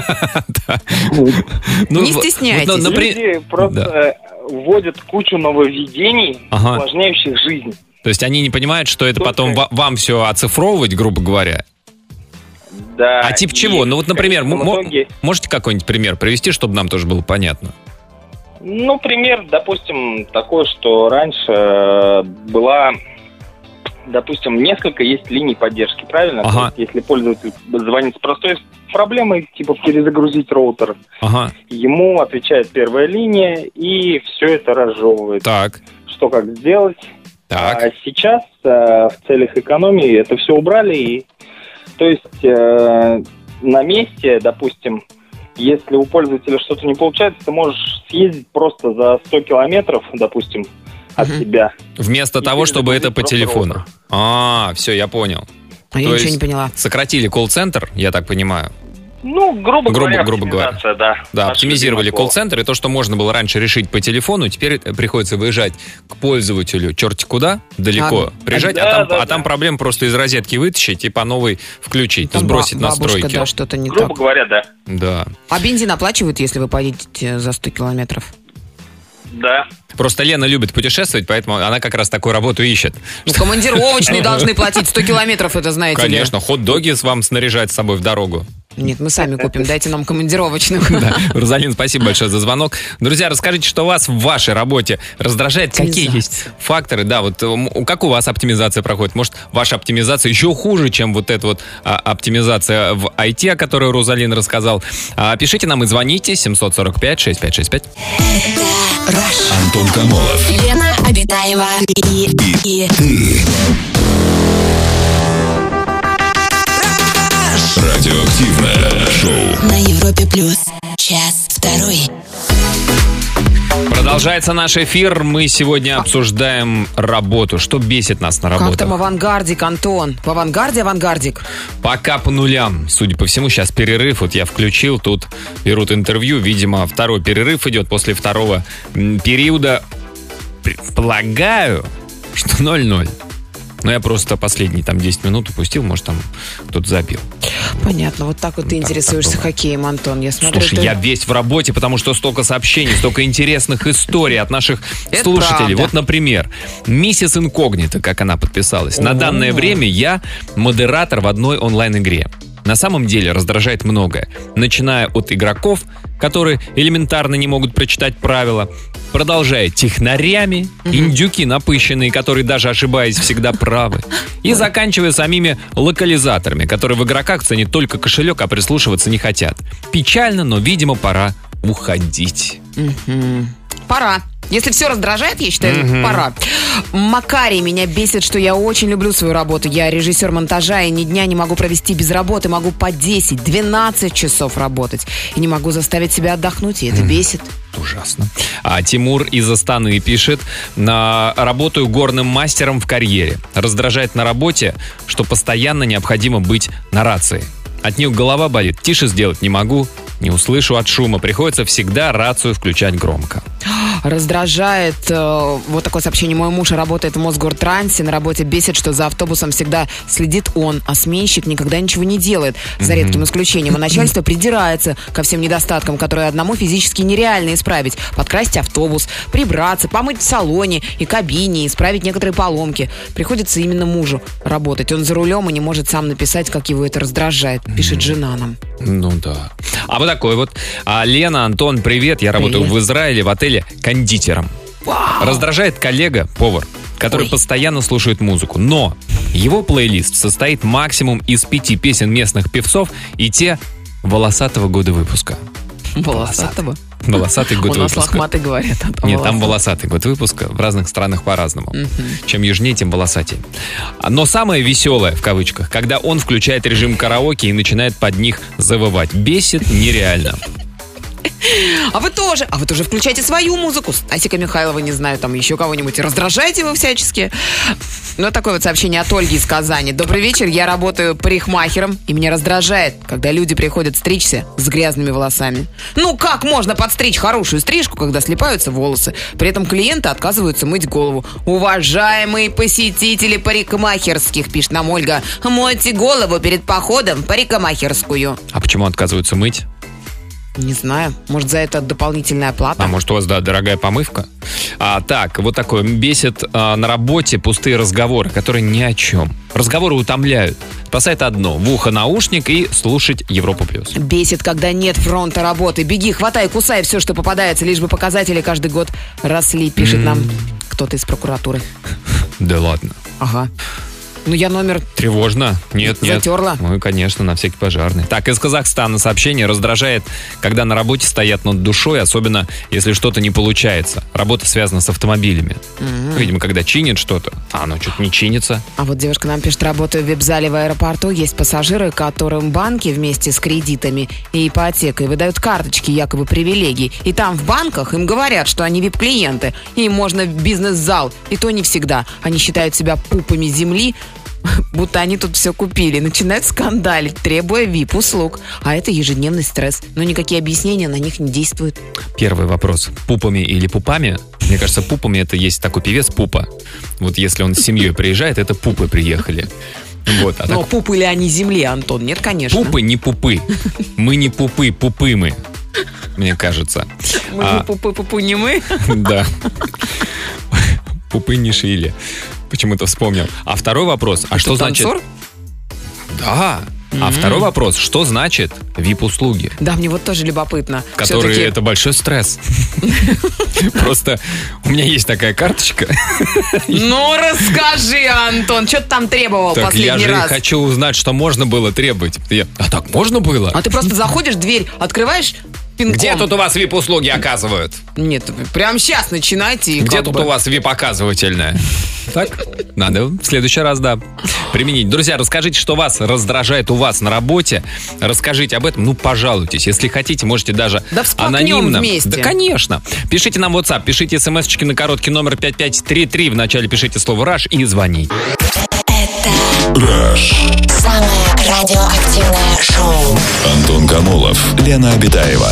[SPEAKER 3] Ну,
[SPEAKER 4] Не стесняйтесь.
[SPEAKER 3] вот,
[SPEAKER 6] Люди просто вводят кучу нововведений,
[SPEAKER 3] Ага.
[SPEAKER 6] усложняющих жизнь.
[SPEAKER 3] То есть они не понимают, что это потом вам все оцифровывать, грубо говоря?
[SPEAKER 6] Да.
[SPEAKER 3] А тип
[SPEAKER 6] и
[SPEAKER 3] чего? Ну вот, например,
[SPEAKER 6] в итоге-
[SPEAKER 3] можете какой-нибудь пример привести, чтобы нам тоже было понятно?
[SPEAKER 6] Ну, пример, допустим, такой, что раньше была, допустим, несколько есть линий поддержки, правильно?
[SPEAKER 3] Ага.
[SPEAKER 6] То есть, если пользователь звонит с простой проблемой, типа перезагрузить роутер,
[SPEAKER 3] Ага,
[SPEAKER 6] ему отвечает первая линия и все это разжевывает.
[SPEAKER 3] так,
[SPEAKER 6] Что как сделать?
[SPEAKER 3] так.
[SPEAKER 6] А сейчас в целях экономии это все убрали. И, то есть на месте, допустим, если у пользователя что-то не получается, ты можешь съездить просто за 100 километров, допустим, от себя.
[SPEAKER 3] Вместо
[SPEAKER 6] И
[SPEAKER 3] того, чтобы это по
[SPEAKER 6] просто
[SPEAKER 3] телефону. Все, я понял.
[SPEAKER 4] А я
[SPEAKER 3] То
[SPEAKER 4] ничего
[SPEAKER 3] есть
[SPEAKER 4] не поняла.
[SPEAKER 3] Сократили колл-центр, я так понимаю.
[SPEAKER 6] Ну, грубо говоря,
[SPEAKER 3] Да,
[SPEAKER 6] оптимизация, да. Наше
[SPEAKER 3] оптимизировали
[SPEAKER 6] любимое слово.
[SPEAKER 3] колл-центр, и то, что можно было раньше решить по телефону, теперь приходится выезжать к пользователю черти куда, далеко, приезжать,
[SPEAKER 6] Да,
[SPEAKER 3] а там проблем просто из розетки вытащить и по новой включить,
[SPEAKER 4] Там
[SPEAKER 3] сбросить
[SPEAKER 4] бабушка,
[SPEAKER 3] настройки.
[SPEAKER 4] да, что-то не
[SPEAKER 6] Грубо
[SPEAKER 4] так.
[SPEAKER 6] говоря, да.
[SPEAKER 3] Да.
[SPEAKER 4] А бензин оплачивают, если вы поедете за 100 километров?
[SPEAKER 6] Да.
[SPEAKER 3] Просто Лена любит путешествовать, поэтому она как раз такую работу ищет.
[SPEAKER 4] Ну, командировочные должны платить 100 километров, это знаете ли.
[SPEAKER 3] Конечно, хот-доги вам снаряжать с собой в дорогу.
[SPEAKER 4] Нет, мы сами купим, дайте нам командировочных.
[SPEAKER 3] Да. Розалин, спасибо большое за звонок. Друзья, расскажите, что вас в вашей работе раздражает, какие есть факторы, да, вот как у вас оптимизация проходит? Может, ваша оптимизация еще хуже, чем вот эта вот оптимизация в IT, о которой Розалин рассказал. Пишите нам и звоните 745-6565.
[SPEAKER 2] Антон Камолов.
[SPEAKER 1] Лена Обитаева и
[SPEAKER 2] И ты. Радиоактивное шоу.
[SPEAKER 1] На Европе плюс. Час второй.
[SPEAKER 3] Продолжается наш эфир. Мы сегодня обсуждаем работу. Что бесит нас на работах?
[SPEAKER 4] Как там авангардик, Антон? В авангарде авангардик?
[SPEAKER 3] Пока по нулям. Судя по всему, сейчас перерыв. Вот я включил, тут берут интервью. Видимо, второй перерыв идет после второго периода. Предполагаю, что 0-0. Но я просто последние там 10 минут упустил. Может, там кто-то забил.
[SPEAKER 4] Понятно. Вот так вот ты интересуешься хоккеем, Антон. Я смотрю,
[SPEAKER 3] Слушай, я весь в работе, потому что столько сообщений, столько интересных историй от наших
[SPEAKER 4] Это
[SPEAKER 3] слушателей.
[SPEAKER 4] правда.
[SPEAKER 3] Вот, например, Миссис Инкогнито, как она подписалась. На данное время я модератор в одной онлайн-игре. На самом деле раздражает многое. Начиная от игроков, которые элементарно не могут прочитать правила, продолжая технарями, индюки напыщенные, которые даже ошибаясь всегда правы, и заканчивая самими локализаторами, которые в игроках ценят только кошелек, а прислушиваться не хотят. Печально, но, видимо, пора уходить.
[SPEAKER 4] Пора. Если все раздражает, я считаю, пора. Макарий, меня бесит, что я очень люблю свою работу. Я режиссер монтажа, и ни дня не могу провести без работы. Могу по 10-12 часов работать. И не могу заставить себя отдохнуть, и это бесит.
[SPEAKER 3] Ужасно. А Тимур из Астаны пишет: работаю горным мастером в карьере. Раздражает на работе, что постоянно необходимо быть на рации. От нее голова болит, тише сделать не могу, не услышу от шума. Приходится всегда рацию включать громко.
[SPEAKER 4] Раздражает вот такое сообщение. Мой муж работает в Мосгортрансе. На работе бесит, что за автобусом всегда следит он, а сменщик никогда ничего не делает, за редким исключением. А начальство придирается ко всем недостаткам, которые одному физически нереально исправить. Подкрасить автобус, прибраться, помыть в салоне и кабине, исправить некоторые поломки. Приходится именно мужу работать. Он за рулем и не может сам написать, как его это раздражает. Пишет жена нам.
[SPEAKER 3] Ну да. А вот такой вот. Лена, Антон, привет. Я работаю в Израиле в отеле кондитером. Раздражает коллега, повар, который постоянно слушает музыку. Но его плейлист состоит максимум из 5 песен местных певцов, и те волосатого года выпуска.
[SPEAKER 4] Волосатого?
[SPEAKER 3] Волосатый год
[SPEAKER 4] У нас
[SPEAKER 3] выпуска.
[SPEAKER 4] лохматый говорят. А там
[SPEAKER 3] Нет, там
[SPEAKER 4] волосатый.
[SPEAKER 3] волосатый год выпуска. В разных странах по-разному. Чем южнее, тем волосатее. Но самое веселое, в кавычках, когда он включает режим караоке и начинает под них завывать. Бесит нереально.
[SPEAKER 4] А вы тоже включайте свою музыку. Стасика Михайлова, не знаю, там еще кого-нибудь. Раздражайте его всячески. Ну, такое вот сообщение от Ольги из Казани. Добрый вечер, я работаю парикмахером, и меня раздражает, когда люди приходят стричься с грязными волосами. Ну, как можно подстричь хорошую стрижку, когда слипаются волосы? При этом клиенты отказываются мыть голову. Уважаемые посетители парикмахерских, пишет нам Ольга, мойте голову перед походом в парикмахерскую.
[SPEAKER 3] А почему отказываются мыть?
[SPEAKER 4] Не знаю, может, за это дополнительная плата?
[SPEAKER 3] А может, у вас, да, дорогая помывка? Так, вот такое. Бесит на работе пустые разговоры, которые ни о чем. Разговоры утомляют. Спасает одно: в ухо наушник и слушать Европу+.
[SPEAKER 4] Бесит, когда нет фронта работы. Беги, хватай, кусай все, что попадается, лишь бы показатели каждый год росли, пишет нам кто-то из прокуратуры.
[SPEAKER 3] Да ладно.
[SPEAKER 4] Ага. Ну, я номер...
[SPEAKER 3] Тревожно? Нет.
[SPEAKER 4] Затерла?
[SPEAKER 3] Ну, конечно, на всякий пожарный. Так, из Казахстана сообщение: раздражает, когда на работе стоят над душой, особенно если что-то не получается. Работа связана с автомобилями. Видимо, когда чинят что-то, а оно что-то не чинится.
[SPEAKER 4] А вот девушка нам пишет: работаю в вип-зале в аэропорту. Есть пассажиры, которым банки вместе с кредитами и ипотекой выдают карточки якобы привилегий. И там в банках им говорят, что они вип-клиенты. И им можно в бизнес-зал. И то не всегда. Они считают себя пупами земли, будто они тут все купили. Начинают скандалить, требуя вип-услуг. А это ежедневный стресс. Но никакие объяснения на них не действуют.
[SPEAKER 3] Первый вопрос: пупами или пупами? Мне кажется, пупами — это есть такой певец Пупа. Вот если он с семьей приезжает, это пупы приехали. Вот, а
[SPEAKER 4] Но
[SPEAKER 3] так...
[SPEAKER 4] пупы ли они земли, Антон? Нет, конечно.
[SPEAKER 3] Пупы не пупы. Мы не пупы, пупы мы. Мне кажется.
[SPEAKER 4] Мы не пупы не мы.
[SPEAKER 3] Да. Пупы не шили. Почему-то вспомнил. А второй вопрос: а что значит...
[SPEAKER 4] танцор?
[SPEAKER 3] Да. А второй вопрос: что значит VIP-услуги?
[SPEAKER 4] Да, мне вот тоже любопытно.
[SPEAKER 3] Которые
[SPEAKER 4] Все-таки...
[SPEAKER 3] это большой стресс. Просто у меня есть такая карточка.
[SPEAKER 4] Ну, расскажи, Антон, что ты там требовал
[SPEAKER 3] Так я
[SPEAKER 4] последний
[SPEAKER 3] же
[SPEAKER 4] раз?
[SPEAKER 3] хочу узнать, что можно было требовать. А так можно было?
[SPEAKER 4] А ты просто заходишь, дверь открываешь, пинком.
[SPEAKER 3] Где тут у вас VIP-услуги оказывают?
[SPEAKER 4] Нет, прямо сейчас начинайте.
[SPEAKER 3] Где тут у вас VIP-оказывательное? Так, надо в следующий раз, да, применить. Друзья, расскажите, что вас раздражает у вас на работе. Расскажите об этом, пожалуйтесь. Если хотите, можете даже анонимно.
[SPEAKER 4] Вместе.
[SPEAKER 3] Да, конечно. Пишите нам в WhatsApp, пишите смс-очки на короткий номер 5533. Вначале пишите слово «Rush» и звоните.
[SPEAKER 1] Самое радиоактивное шоу.
[SPEAKER 2] Антон Камолов, Лена Обедаева.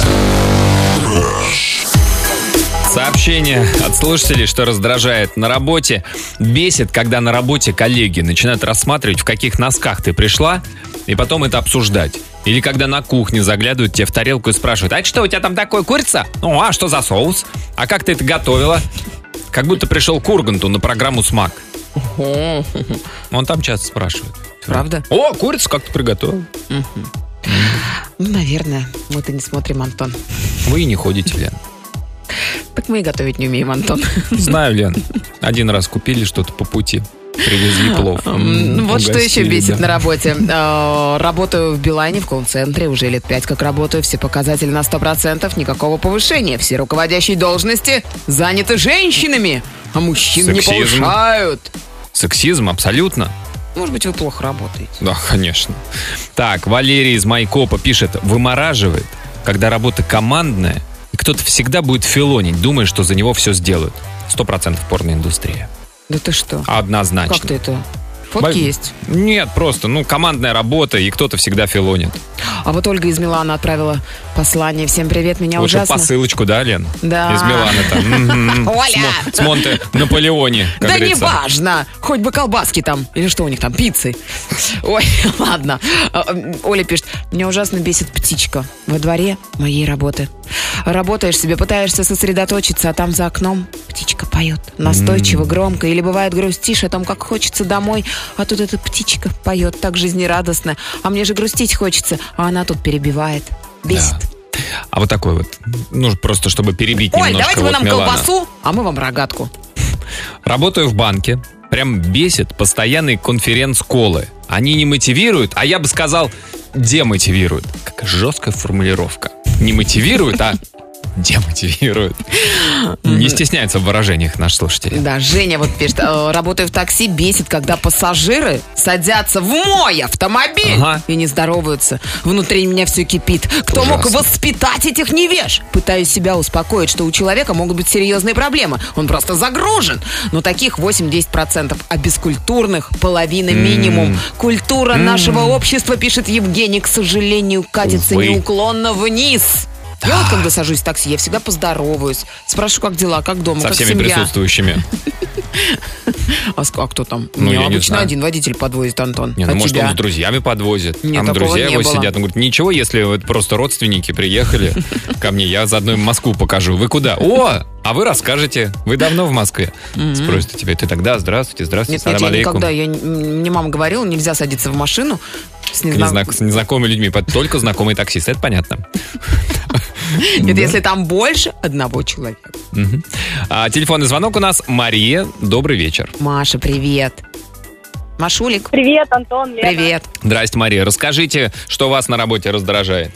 [SPEAKER 3] Сообщение от слушателей, что раздражает на работе. Бесит, когда на работе коллеги начинают рассматривать, в каких носках ты пришла, и потом это обсуждать. Или когда на кухне заглядывают тебе в тарелку и спрашивают: а что у тебя там такое, курица? Ну, а что за соус? А как ты это готовила? Как будто пришел к Урганту на программу «Смак». Он там часто спрашивает.
[SPEAKER 4] Правда?
[SPEAKER 3] О, курицу как ты приготовил?
[SPEAKER 4] Наверное. Мы-то не смотрим, Антон.
[SPEAKER 3] Вы и не ходите, Лен.
[SPEAKER 4] Так мы и готовить не умеем, Антон.
[SPEAKER 3] Знаю, Лен. Один раз купили что-то по пути. Привезли плов.
[SPEAKER 4] Вот что еще бесит
[SPEAKER 3] да.
[SPEAKER 4] на работе. Работаю в Билайне, в колл-центре. Уже лет 5 как работаю. Все показатели на 100%. Никакого повышения. Все руководящие должности заняты женщинами. А мужчин не повышают.
[SPEAKER 3] Сексизм, абсолютно.
[SPEAKER 4] Может быть, вы плохо работаете.
[SPEAKER 3] Да, конечно. Так, Валерий из Майкопа пишет: вымораживает, когда работа командная, и кто-то всегда будет филонить, думая, что за него все сделают. 100% порноиндустрия.
[SPEAKER 4] Да ты что?
[SPEAKER 3] Однозначно.
[SPEAKER 4] Как ты это? Фотки есть?
[SPEAKER 3] Нет, просто, командная работа, и кто-то всегда филонит.
[SPEAKER 4] А вот Ольга из Милана отправила послание. Всем привет, меня
[SPEAKER 3] Лучше
[SPEAKER 4] ужасно.
[SPEAKER 3] посылочку, да, Лен?
[SPEAKER 4] Да.
[SPEAKER 3] Из Милана-то.
[SPEAKER 4] Оля!
[SPEAKER 3] С Монте-Наполеоне, как
[SPEAKER 4] Да
[SPEAKER 3] говорится.
[SPEAKER 4] неважно, хоть бы колбаски там, или что у них там, пиццы. Ой, ладно. Оля пишет: меня ужасно бесит птичка во дворе моей работы. Работаешь себе, пытаешься сосредоточиться, а там за окном птичка поет. Настойчиво, громко. Или бывает грустишь о том, как хочется домой, а тут эта птичка поет так жизнерадостно. А мне же грустить хочется, а она тут перебивает. Бесит.
[SPEAKER 3] Да. А вот такой вот, просто чтобы перебить
[SPEAKER 4] Ой,
[SPEAKER 3] немножко
[SPEAKER 4] давайте вы нам
[SPEAKER 3] Милана.
[SPEAKER 4] колбасу, а мы вам рогатку.
[SPEAKER 3] Работаю в банке. Прям бесит постоянные конференц-колы. Они не мотивируют, а я бы сказал, демотивируют. Какая жесткая формулировка. Не мотивируют, а демотивируют. Не стесняются в выражениях наши слушатели.
[SPEAKER 4] Да, Женя вот пишет: работаю в такси, бесит, когда пассажиры садятся в мой автомобиль и не здороваются. Внутри меня все кипит. Кто мог воспитать этих невеж? Пытаюсь себя успокоить, что у человека могут быть серьезные проблемы. Он просто загружен. Но таких 8-10%, а бескультурных половина минимум. Культура нашего общества, пишет Евгений, к сожалению, катится неуклонно вниз. Я вот когда сажусь в такси, я всегда поздороваюсь. Спрашиваю, как дела, как дома,
[SPEAKER 3] со
[SPEAKER 4] как
[SPEAKER 3] всеми
[SPEAKER 4] семья.
[SPEAKER 3] Присутствующими.
[SPEAKER 4] А кто там?
[SPEAKER 3] Ну,
[SPEAKER 4] Меня
[SPEAKER 3] я не
[SPEAKER 4] обычно
[SPEAKER 3] знаю.
[SPEAKER 4] один водитель подвозит, Антон.
[SPEAKER 3] Не,
[SPEAKER 4] А
[SPEAKER 3] может,
[SPEAKER 4] тебя?
[SPEAKER 3] он с друзьями подвозит.
[SPEAKER 4] Нет,
[SPEAKER 3] Там
[SPEAKER 4] такого
[SPEAKER 3] друзья
[SPEAKER 4] не
[SPEAKER 3] его
[SPEAKER 4] было.
[SPEAKER 3] сидят. Он говорит: ничего, если это просто родственники приехали ко мне, я заодно им Москву покажу. Вы куда? О, а вы расскажете. Вы давно в Москве? Спросят тебя: ты тогда? Здравствуйте,
[SPEAKER 4] Нет,
[SPEAKER 3] салам
[SPEAKER 4] я
[SPEAKER 3] алейкум.
[SPEAKER 4] никогда. Мне мама говорила, нельзя садиться в машину с
[SPEAKER 3] С незнакомыми людьми, только знакомые таксисты. Это понятно.
[SPEAKER 4] Нет, если там больше одного человека.
[SPEAKER 3] Телефонный звонок у нас. Мария, добрый вечер.
[SPEAKER 4] Маша, привет. Машулик.
[SPEAKER 7] Привет, Антон, Лена.
[SPEAKER 4] Привет.
[SPEAKER 3] Здрасте, Мария. Расскажите, что вас на работе раздражает.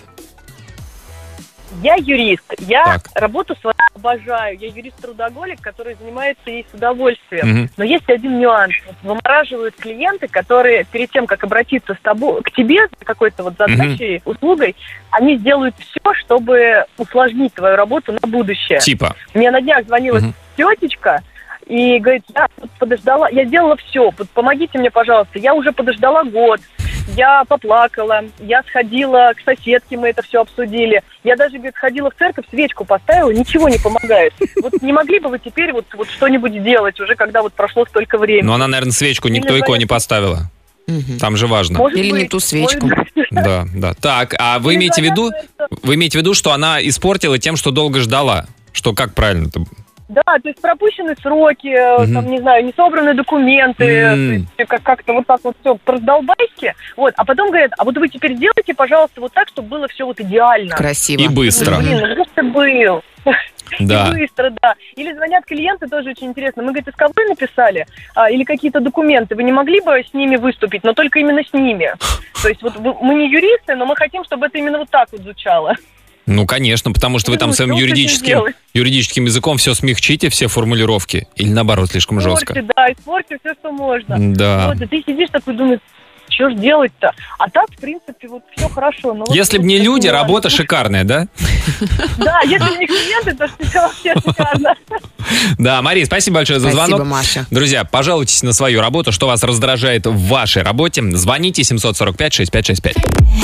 [SPEAKER 7] Я юрист. Я
[SPEAKER 3] Так.
[SPEAKER 7] работу свою обожаю. Я юрист-трудоголик, который занимается ей с удовольствием.
[SPEAKER 3] Мгм.
[SPEAKER 7] Но есть один нюанс. Вот вымораживают клиенты, которые перед тем, как обратиться к тебе за какой-то вот задачей, услугой, они сделают все, чтобы усложнить твою работу на будущее.
[SPEAKER 3] Типа.
[SPEAKER 7] Мне на днях звонила тетечка и говорит: я вот подождала, я сделала все, помогите мне, пожалуйста. Я уже подождала год, я поплакала, я сходила к соседке, мы это все обсудили. Я даже, говорит, ходила в церковь, свечку поставила, ничего не помогает. Вот не могли бы вы теперь вот что-нибудь сделать уже, когда вот прошло столько времени?
[SPEAKER 3] Но она, наверное, свечку никто иконе не поставила. Там же важно.
[SPEAKER 7] Может
[SPEAKER 4] Или
[SPEAKER 7] быть,
[SPEAKER 4] не ту свечку.
[SPEAKER 7] может быть.
[SPEAKER 3] Да, да. Так, а вы имеете в виду, что она испортила тем, что долго ждала? Что как правильно-то?
[SPEAKER 7] Да, то есть пропущены сроки, там, не знаю, не собраны документы, то есть как-то вот так вот все раздолбайски, вот, а потом говорят: а вот вы теперь делайте, пожалуйста, вот так, чтобы было все вот идеально.
[SPEAKER 4] Красиво.
[SPEAKER 3] И быстро.
[SPEAKER 7] Блин, ну где ты был?
[SPEAKER 3] Да.
[SPEAKER 7] И быстро, да. Или звонят клиенты, тоже очень интересно. Мы, говорит, исковые написали, или какие-то документы. Вы не могли бы с ними выступить, но только именно с ними. То есть вот мы не юристы, но мы хотим, чтобы это именно вот так вот звучало.
[SPEAKER 3] Ну, конечно, потому что вы там своим
[SPEAKER 7] Что с этим делать?
[SPEAKER 3] юридическим языком все смягчите, все формулировки. Или наоборот, слишком жестко.
[SPEAKER 7] Испорти все, что можно.
[SPEAKER 3] Да.
[SPEAKER 7] Вот, и ты сидишь такой, думаешь, что ж делать-то? А так, в принципе, вот все хорошо. Но вот
[SPEAKER 3] Если бы не люди, работа шикарная, да?
[SPEAKER 7] Да, если бы не клиенты, то все вообще шикарно.
[SPEAKER 3] Да, Мария, спасибо большое за звонок.
[SPEAKER 4] Спасибо, Маша.
[SPEAKER 3] Друзья, пожалуйтесь на свою работу, что вас раздражает в вашей работе. Звоните 745-6565.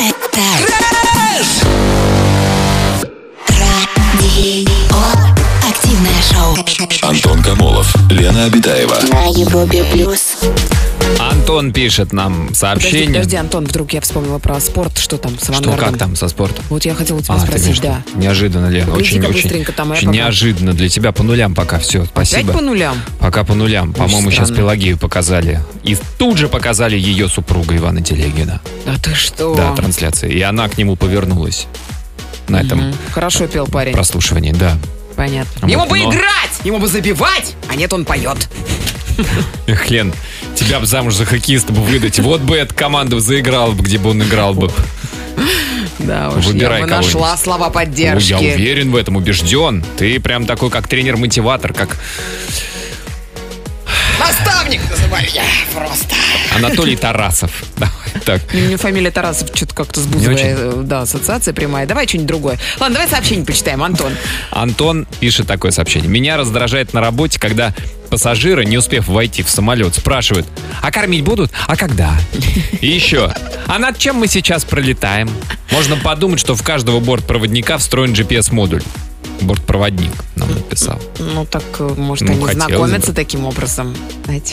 [SPEAKER 1] Активное шоу
[SPEAKER 2] Антон Камолов, Лена Обитаева.
[SPEAKER 1] на Европе плюс.
[SPEAKER 3] Антон пишет нам сообщение.
[SPEAKER 4] Подожди, Антон, вдруг я вспомнила про спорт, что там с
[SPEAKER 3] Что,
[SPEAKER 4] авангардом.
[SPEAKER 3] как там со спортом?
[SPEAKER 4] Вот я хотела тебя
[SPEAKER 3] ты
[SPEAKER 4] спросить,
[SPEAKER 3] говоришь,
[SPEAKER 4] да.
[SPEAKER 3] Неожиданно, Лена.
[SPEAKER 4] Погляди-ка
[SPEAKER 3] Очень
[SPEAKER 4] быстренько там, а я
[SPEAKER 3] очень
[SPEAKER 4] пока.
[SPEAKER 3] неожиданно для тебя. По нулям пока все. Спасибо.
[SPEAKER 4] Опять по нулям?
[SPEAKER 3] Пока по нулям. По-моему, сейчас
[SPEAKER 4] странно.
[SPEAKER 3] Пелагею показали. И тут же показали ее супруга Ивана Телегина.
[SPEAKER 4] Да ты что?
[SPEAKER 3] Да, трансляция. И она к нему повернулась на этом
[SPEAKER 4] Мгм. Хорошо пел парень.
[SPEAKER 3] прослушивании, да.
[SPEAKER 4] Понятно.
[SPEAKER 3] Вот,
[SPEAKER 4] Ему бы
[SPEAKER 3] но-
[SPEAKER 4] играть! Ему бы забивать! А нет, он поет.
[SPEAKER 3] Эх, Лен, тебя бы замуж за хоккеиста бы выдать. Вот бы эта команда заиграла бы, где бы он играл бы.
[SPEAKER 4] Да уж,
[SPEAKER 3] Выбирай
[SPEAKER 4] я бы нашла
[SPEAKER 3] кого-нибудь.
[SPEAKER 4] слова
[SPEAKER 3] Ну,
[SPEAKER 4] поддержки.
[SPEAKER 3] я уверен в этом, убежден. Ты прям такой, как тренер-мотиватор, как
[SPEAKER 4] Наставник называю я просто.
[SPEAKER 3] Анатолий Тарасов. Давай так.
[SPEAKER 4] У меня фамилия Тарасов что-то как-то с
[SPEAKER 3] Не
[SPEAKER 4] Бузовой,
[SPEAKER 3] очень?
[SPEAKER 4] да, ассоциация прямая. Давай что-нибудь другое. Ладно, давай сообщение почитаем, Антон.
[SPEAKER 3] Антон пишет такое сообщение. Меня раздражает на работе, когда пассажиры, не успев войти в самолет, спрашивают, а кормить будут? А когда? И еще, а над чем мы сейчас пролетаем? Можно подумать, что в каждого бортпроводника встроен GPS-модуль. Бортпроводник нам написал.
[SPEAKER 4] Ну так, может,
[SPEAKER 3] Ну,
[SPEAKER 4] они
[SPEAKER 3] хотелось
[SPEAKER 4] знакомятся
[SPEAKER 3] бы.
[SPEAKER 4] таким образом. Знаете.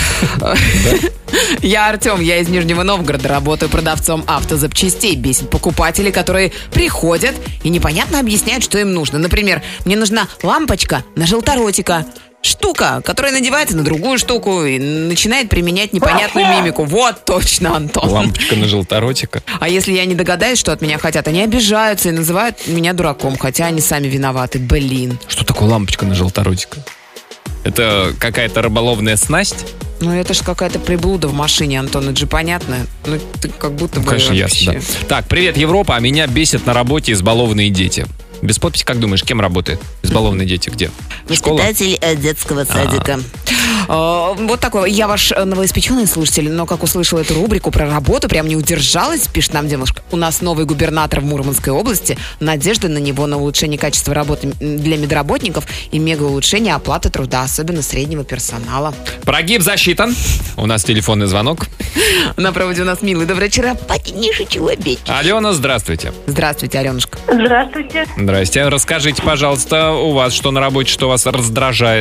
[SPEAKER 4] Я Артем, я из Нижнего Новгорода, работаю продавцом автозапчастей. Бесит покупателей, которые приходят и непонятно объясняют, что им нужно. Например, мне нужна лампочка на желторотика. Штука, которая надевается на другую штуку и начинает применять непонятную мимику. Вот точно, Антон.
[SPEAKER 3] Лампочка на желторотика.
[SPEAKER 4] А если я не догадаюсь, что от меня хотят, они обижаются и называют меня дураком, хотя они сами виноваты. Блин.
[SPEAKER 3] Что такое лампочка на желторотика? Это какая-то рыболовная снасть?
[SPEAKER 4] Ну, это же какая-то приблуда в машине, Антон, это же понятно. Ну, ты как будто бы
[SPEAKER 3] Конечно, ясно,
[SPEAKER 4] вообще...
[SPEAKER 3] да. Так, привет, Европа, а меня бесит на работе избалованные дети. Без подписи, как думаешь, кем работает? Избалованные дети где? Школа?
[SPEAKER 1] Воспитатель детского садика.
[SPEAKER 4] Вот такой. Я ваш новоиспеченный слушатель, но как услышала эту рубрику про работу, прям не удержалась, пишет нам девушка. У нас новый губернатор в Мурманской области. Надежда на него, на улучшение качества работы для медработников и мега улучшение оплаты труда, особенно среднего персонала.
[SPEAKER 3] Прогиб засчитан. У нас телефонный звонок.
[SPEAKER 4] На проводе у нас милый. Добрый вечер.
[SPEAKER 1] Потише человечек.
[SPEAKER 3] Алена, здравствуйте.
[SPEAKER 4] Здравствуйте, Аленушка.
[SPEAKER 7] Здравствуйте.
[SPEAKER 3] Здрасте. Расскажите, пожалуйста, у вас что на работе, что вас раздражает?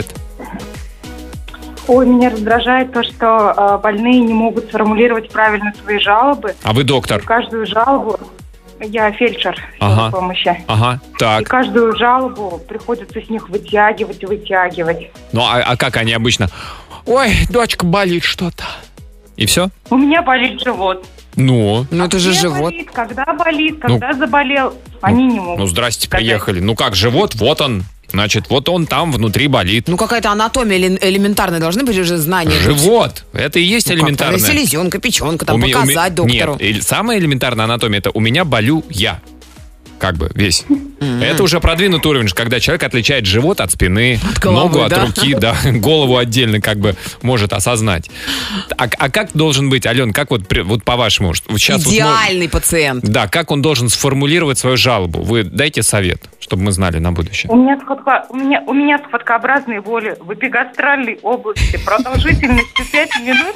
[SPEAKER 8] Ой, меня раздражает то, что больные не могут сформулировать правильно свои жалобы.
[SPEAKER 3] А вы доктор?
[SPEAKER 8] И каждую жалобу... Я фельдшер
[SPEAKER 3] Ага.
[SPEAKER 8] скорой помощи.
[SPEAKER 3] Ага,
[SPEAKER 8] И
[SPEAKER 3] так.
[SPEAKER 8] каждую жалобу приходится с них вытягивать.
[SPEAKER 3] Ну, а как они обычно? Ой, дочка, болит что-то. И все?
[SPEAKER 8] У меня болит живот.
[SPEAKER 3] Ну,
[SPEAKER 4] Ну, это же
[SPEAKER 8] Где
[SPEAKER 4] живот.
[SPEAKER 8] болит, когда заболел. Они не могут.
[SPEAKER 3] ну, здрасте,
[SPEAKER 8] сказать.
[SPEAKER 3] приехали. Ну как, живот, вот он. Значит, вот он там внутри болит.
[SPEAKER 4] Ну, какая-то анатомия элементарная должны быть же знания.
[SPEAKER 3] Живот. Это и есть элементарное.
[SPEAKER 4] Селезенка, печенка, там
[SPEAKER 3] У ми-
[SPEAKER 4] показать доктору.
[SPEAKER 3] Нет, самая элементарная анатомия — это у меня болю я. Как бы весь. Это уже продвинутый уровень, когда человек отличает живот от спины,
[SPEAKER 4] От головы,
[SPEAKER 3] ногу от
[SPEAKER 4] да?
[SPEAKER 3] руки, да, голову отдельно как бы может осознать. А как должен быть, Ален, как вот по-вашему, вот сейчас вот
[SPEAKER 4] Идеальный пациент.
[SPEAKER 3] да, как он должен сформулировать свою жалобу? Вы дайте совет, чтобы мы знали на будущее.
[SPEAKER 8] У меня схваткообразные боли в эпигастральной области продолжительностью 5 минут.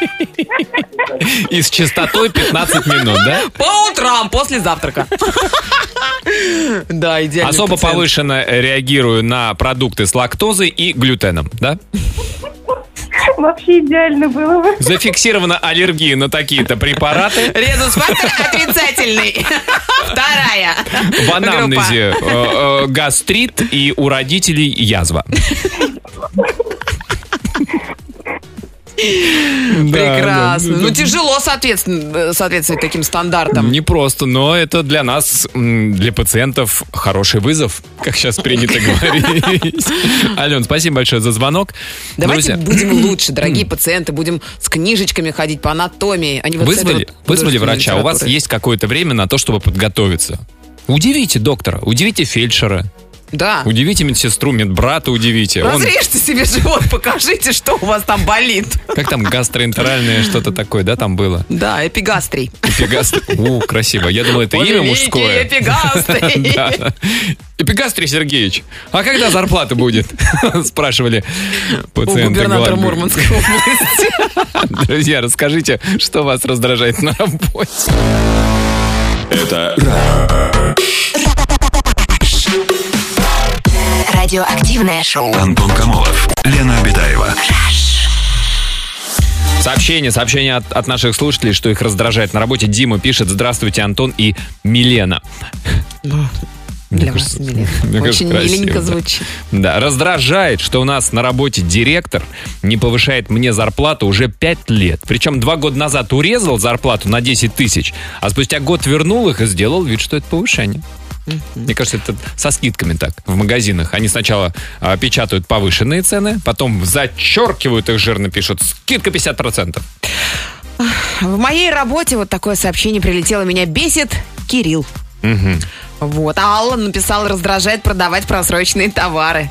[SPEAKER 3] И с частотой 15 минут, да?
[SPEAKER 4] По утрам, после завтрака. Да, идеально.
[SPEAKER 3] Особо повышенно реагирую на продукты с лактозой и глютеном, да?
[SPEAKER 8] Вообще идеально было бы.
[SPEAKER 3] Зафиксирована аллергия на такие-то препараты.
[SPEAKER 4] Резус-фактор отрицательный. Вторая.
[SPEAKER 3] В анамнезе гастрит и у родителей язва.
[SPEAKER 4] Прекрасно. Ну, тяжело соответствовать таким стандартам.
[SPEAKER 3] Не просто, но это для нас, для пациентов, хороший вызов, как сейчас принято говорить. Ален, спасибо большое за звонок.
[SPEAKER 4] Давайте
[SPEAKER 3] Друзья,
[SPEAKER 4] будем лучше, дорогие пациенты, будем с книжечками ходить по анатомии. А не вот с этой
[SPEAKER 3] вызвали
[SPEAKER 4] вот художественной
[SPEAKER 3] врача. У вас
[SPEAKER 4] литературой.
[SPEAKER 3] есть какое-то время на то, чтобы подготовиться. Удивите доктора, удивите фельдшера.
[SPEAKER 4] Да.
[SPEAKER 3] Удивите медсестру, медбрата удивите.
[SPEAKER 4] Разрежьте себе живот, покажите, что у вас там болит.
[SPEAKER 3] Как там гастроэнтеральное что-то такое, да, там было?
[SPEAKER 4] Да, эпигастрий.
[SPEAKER 3] Эпигастрий. Красиво. Я думал, это имя мужское.
[SPEAKER 4] Эпигастрий.
[SPEAKER 3] Да. Эпигастрий Сергеевич, а когда зарплата будет? Спрашивали пациенты.
[SPEAKER 4] У губернатора Мурманской области.
[SPEAKER 3] Друзья, расскажите, что вас раздражает на работе.
[SPEAKER 2] Это
[SPEAKER 1] Радиоактивное шоу.
[SPEAKER 2] Антон Камолов, Лена Обитаева.
[SPEAKER 3] Сообщение от наших слушателей, что их раздражает на работе. Дима пишет: здравствуйте, Антон и Милена.
[SPEAKER 4] Для вас, Милена. Очень миленько звучит.
[SPEAKER 3] Да, раздражает, что у нас на работе директор не повышает мне зарплату уже 5 лет. Причем 2 года назад урезал зарплату на 10 тысяч, а спустя год вернул их и сделал вид, что это повышение. Мне кажется, это со скидками так, в магазинах. Они сначала печатают повышенные цены, потом зачеркивают их жирно, пишут скидка 50%.
[SPEAKER 4] В моей работе вот такое сообщение прилетело. Меня бесит Кирилл. Вот. А Алла написала: раздражает продавать просроченные товары.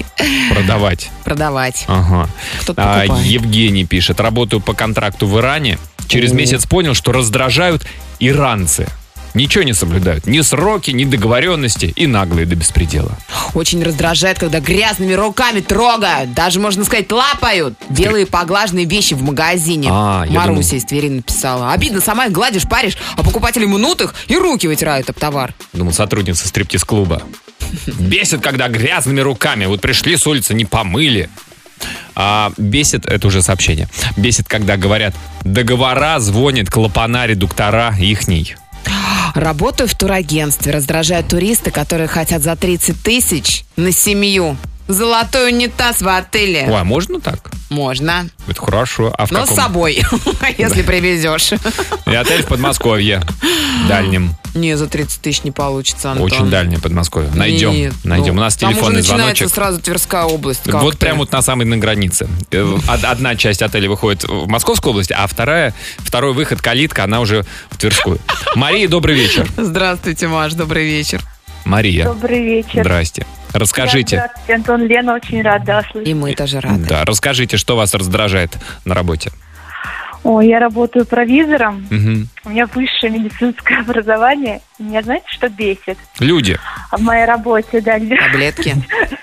[SPEAKER 4] Продавать.
[SPEAKER 3] Ага.
[SPEAKER 4] Кто-то покупает.
[SPEAKER 3] Евгений пишет: работаю по контракту в Иране. Через месяц понял, что раздражают иранцы. Ничего не соблюдают. Ни сроки, ни договоренности. И наглые до беспредела.
[SPEAKER 4] Очень раздражает, когда грязными руками трогают. Даже, можно сказать, лапают. Белые поглаженные вещи в магазине. Маруся из Твери написала. Обидно, сама их гладишь, паришь, а покупатели мнут их и руки вытирают об товар.
[SPEAKER 3] Думал, сотрудница стриптиз-клуба. Бесит, когда грязными руками. Вот пришли с улицы, не помыли. Бесит, это уже сообщение. Бесит, когда говорят: договора звонит клапана редуктора ихний.
[SPEAKER 4] Работаю в турагентстве. Раздражают туристы, которые хотят за 30 тысяч на семью золотой унитаз в отеле.
[SPEAKER 3] Ой, а можно так?
[SPEAKER 4] Можно.
[SPEAKER 3] Это хорошо. А в
[SPEAKER 4] но
[SPEAKER 3] каком?
[SPEAKER 4] С собой, если привезешь.
[SPEAKER 3] И отель в Подмосковье. Дальнем.
[SPEAKER 4] Не, за 30 тысяч не получится, Антон.
[SPEAKER 3] Очень дальнее Подмосковье. Найдем. У нас телефонный звоночек.
[SPEAKER 4] Там уже начинается сразу Тверская область.
[SPEAKER 3] Вот прямо вот на самой на границе. Одна часть отеля выходит в Московскую область, а второй выход, калитка, она уже в Тверскую. Мария, добрый вечер.
[SPEAKER 4] Здравствуйте, Маш, добрый вечер.
[SPEAKER 3] Мария.
[SPEAKER 8] Добрый вечер.
[SPEAKER 3] Здрасте. Расскажите.
[SPEAKER 8] Здравствуйте, Антон, Лена, очень рада вас слышать.
[SPEAKER 4] И мы тоже рады.
[SPEAKER 3] Да, расскажите, что вас раздражает на работе.
[SPEAKER 8] Я работаю провизором. У меня высшее медицинское образование. Меня, знаете, что бесит?
[SPEAKER 3] Люди.
[SPEAKER 8] В моей работе, да.
[SPEAKER 4] Таблетки?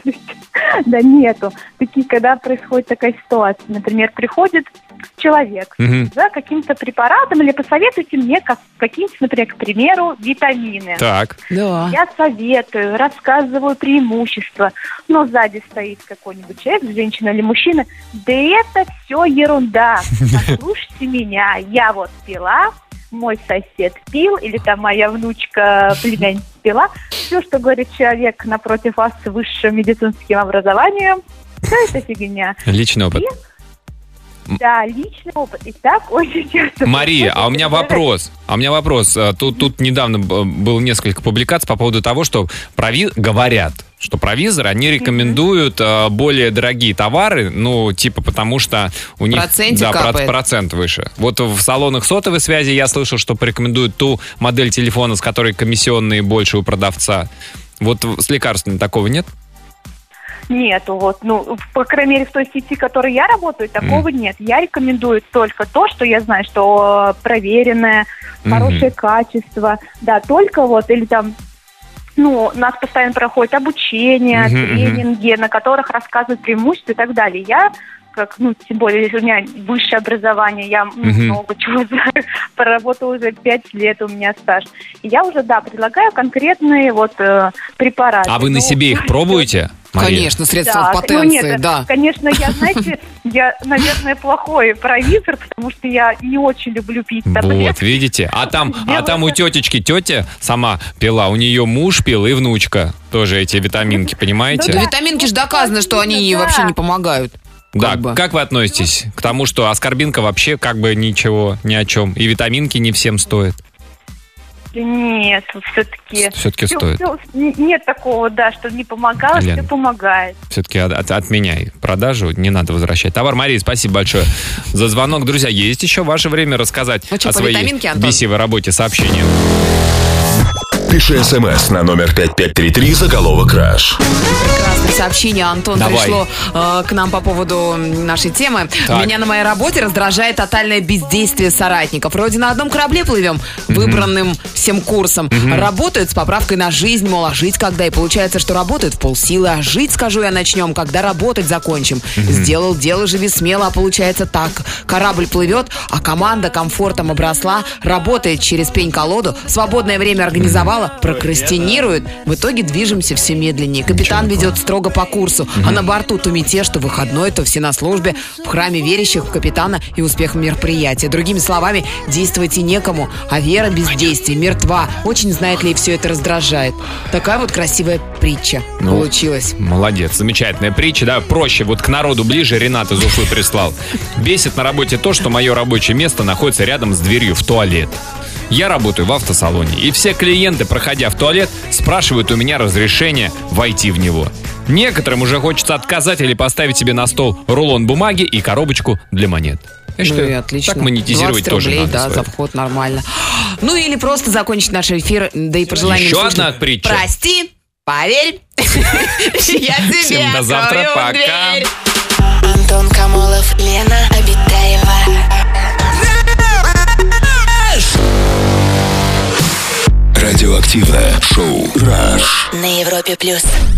[SPEAKER 8] Да нету. Когда происходит такая ситуация. Например, приходит человек за каким-то препаратом или посоветуйте мне какие-нибудь, например, к примеру, витамины.
[SPEAKER 3] Так.
[SPEAKER 4] Да.
[SPEAKER 8] Я советую, рассказываю преимущества, но сзади стоит какой-нибудь человек, женщина или мужчина. Да это все ерунда. Послушайте меня, я вот пила, мой сосед пил, или там моя внучка, племянница пила. Все, что говорит человек напротив вас с высшим медицинским образованием, все это фигня.
[SPEAKER 3] Личный опыт.
[SPEAKER 8] Да, личный опыт. И так очень часто...
[SPEAKER 3] Мария, у меня вопрос. Тут недавно было несколько публикаций по поводу того, что говорят, что провизоры, они рекомендуют более дорогие товары, потому что у них процент выше. Вот в салонах сотовой связи я слышал, что порекомендуют ту модель телефона, с которой комиссионные больше у продавца. Вот с лекарствами такого нет?
[SPEAKER 8] Нету, по крайней мере, в той сети, в которой я работаю, такого нет. Я рекомендую только то, что я знаю, что проверенное, хорошее качество, да, только или там, у нас постоянно проходит обучение, тренинги, на которых рассказывают преимущества и так далее. Я тем более, если у меня высшее образование, я много чего знаю, проработала уже 5 лет, у меня стаж. И я уже, предлагаю конкретные препараты.
[SPEAKER 3] А вы на себе их пробуете? Мария?
[SPEAKER 4] Конечно, средства потенции, да.
[SPEAKER 8] Конечно, я, наверное, плохой провизор, потому что я не очень люблю пить таблетки.
[SPEAKER 3] Вот, видите? А там у тетечки тетя сама пила, у нее муж пил и внучка тоже эти витаминки, понимаете?
[SPEAKER 4] Да, витаминки же доказано, что они вообще не помогают.
[SPEAKER 3] Да, как вы относитесь к тому, что аскорбинка вообще ничего, ни о чем, и витаминки не всем стоят?
[SPEAKER 8] Нет, все-таки
[SPEAKER 3] стоит.
[SPEAKER 8] Нет такого, что не помогало,
[SPEAKER 3] Лен,
[SPEAKER 8] все помогает.
[SPEAKER 3] Все-таки отменяй продажу, не надо возвращать товар. Мария, спасибо большое за звонок. Друзья, есть еще ваше время рассказать о своей бесивой работе. Сообщением.
[SPEAKER 2] Пиши СМС на номер 5533, заголовок «Краш».
[SPEAKER 4] Прекрасное сообщение, Антон,
[SPEAKER 3] Давай.
[SPEAKER 4] пришло к нам по поводу нашей темы.
[SPEAKER 3] Так.
[SPEAKER 4] Меня на моей работе раздражает тотальное бездействие соратников. Вроде на одном корабле плывем, выбранным всем курсом. Работают с поправкой на жизнь, мол, а жить когда? И получается, что работают в полсилы, а жить, скажу я, начнем, когда работать закончим. Сделал дело, живи смело, а получается так. Корабль плывет, а команда комфортом обросла, работает через пень-колоду, свободное время организовала, прокрастинирует. В итоге движемся все медленнее. Капитан ведет строго по курсу, а на борту то мятеж, то выходной, то все на службе. В храме верящих в капитана и успех мероприятия. Другими словами, действовать и некому, а вера без действий мертва. Очень, знаете ли, все это раздражает. Такая вот красивая притча получилась.
[SPEAKER 3] Молодец, замечательная притча, да, проще, вот к народу ближе. Ренат из Уфы прислал. Бесит на работе то, что мое рабочее место находится рядом с дверью в туалет. Я работаю в автосалоне, и все клиенты, проходя в туалет, спрашивают у меня разрешение войти в него. Некоторым уже хочется отказать или поставить себе на стол рулон бумаги и коробочку для монет. Я считаю,
[SPEAKER 4] Ну и отлично.
[SPEAKER 3] так монетизировать
[SPEAKER 4] 20
[SPEAKER 3] тоже
[SPEAKER 4] рублей,
[SPEAKER 3] надо.
[SPEAKER 4] да,
[SPEAKER 3] свое.
[SPEAKER 4] за вход нормально. Ну или просто закончить наш эфир, да и пожеланием
[SPEAKER 3] Еще
[SPEAKER 4] слушателям.
[SPEAKER 3] одна притча.
[SPEAKER 4] Прости, поверь, я тебе
[SPEAKER 3] Всем до завтра,
[SPEAKER 4] открою
[SPEAKER 3] пока.
[SPEAKER 4] дверь.
[SPEAKER 1] Антон Камолов, Лена Обитаева.
[SPEAKER 2] Радиоактивное шоу «Краш».
[SPEAKER 1] На Европе+.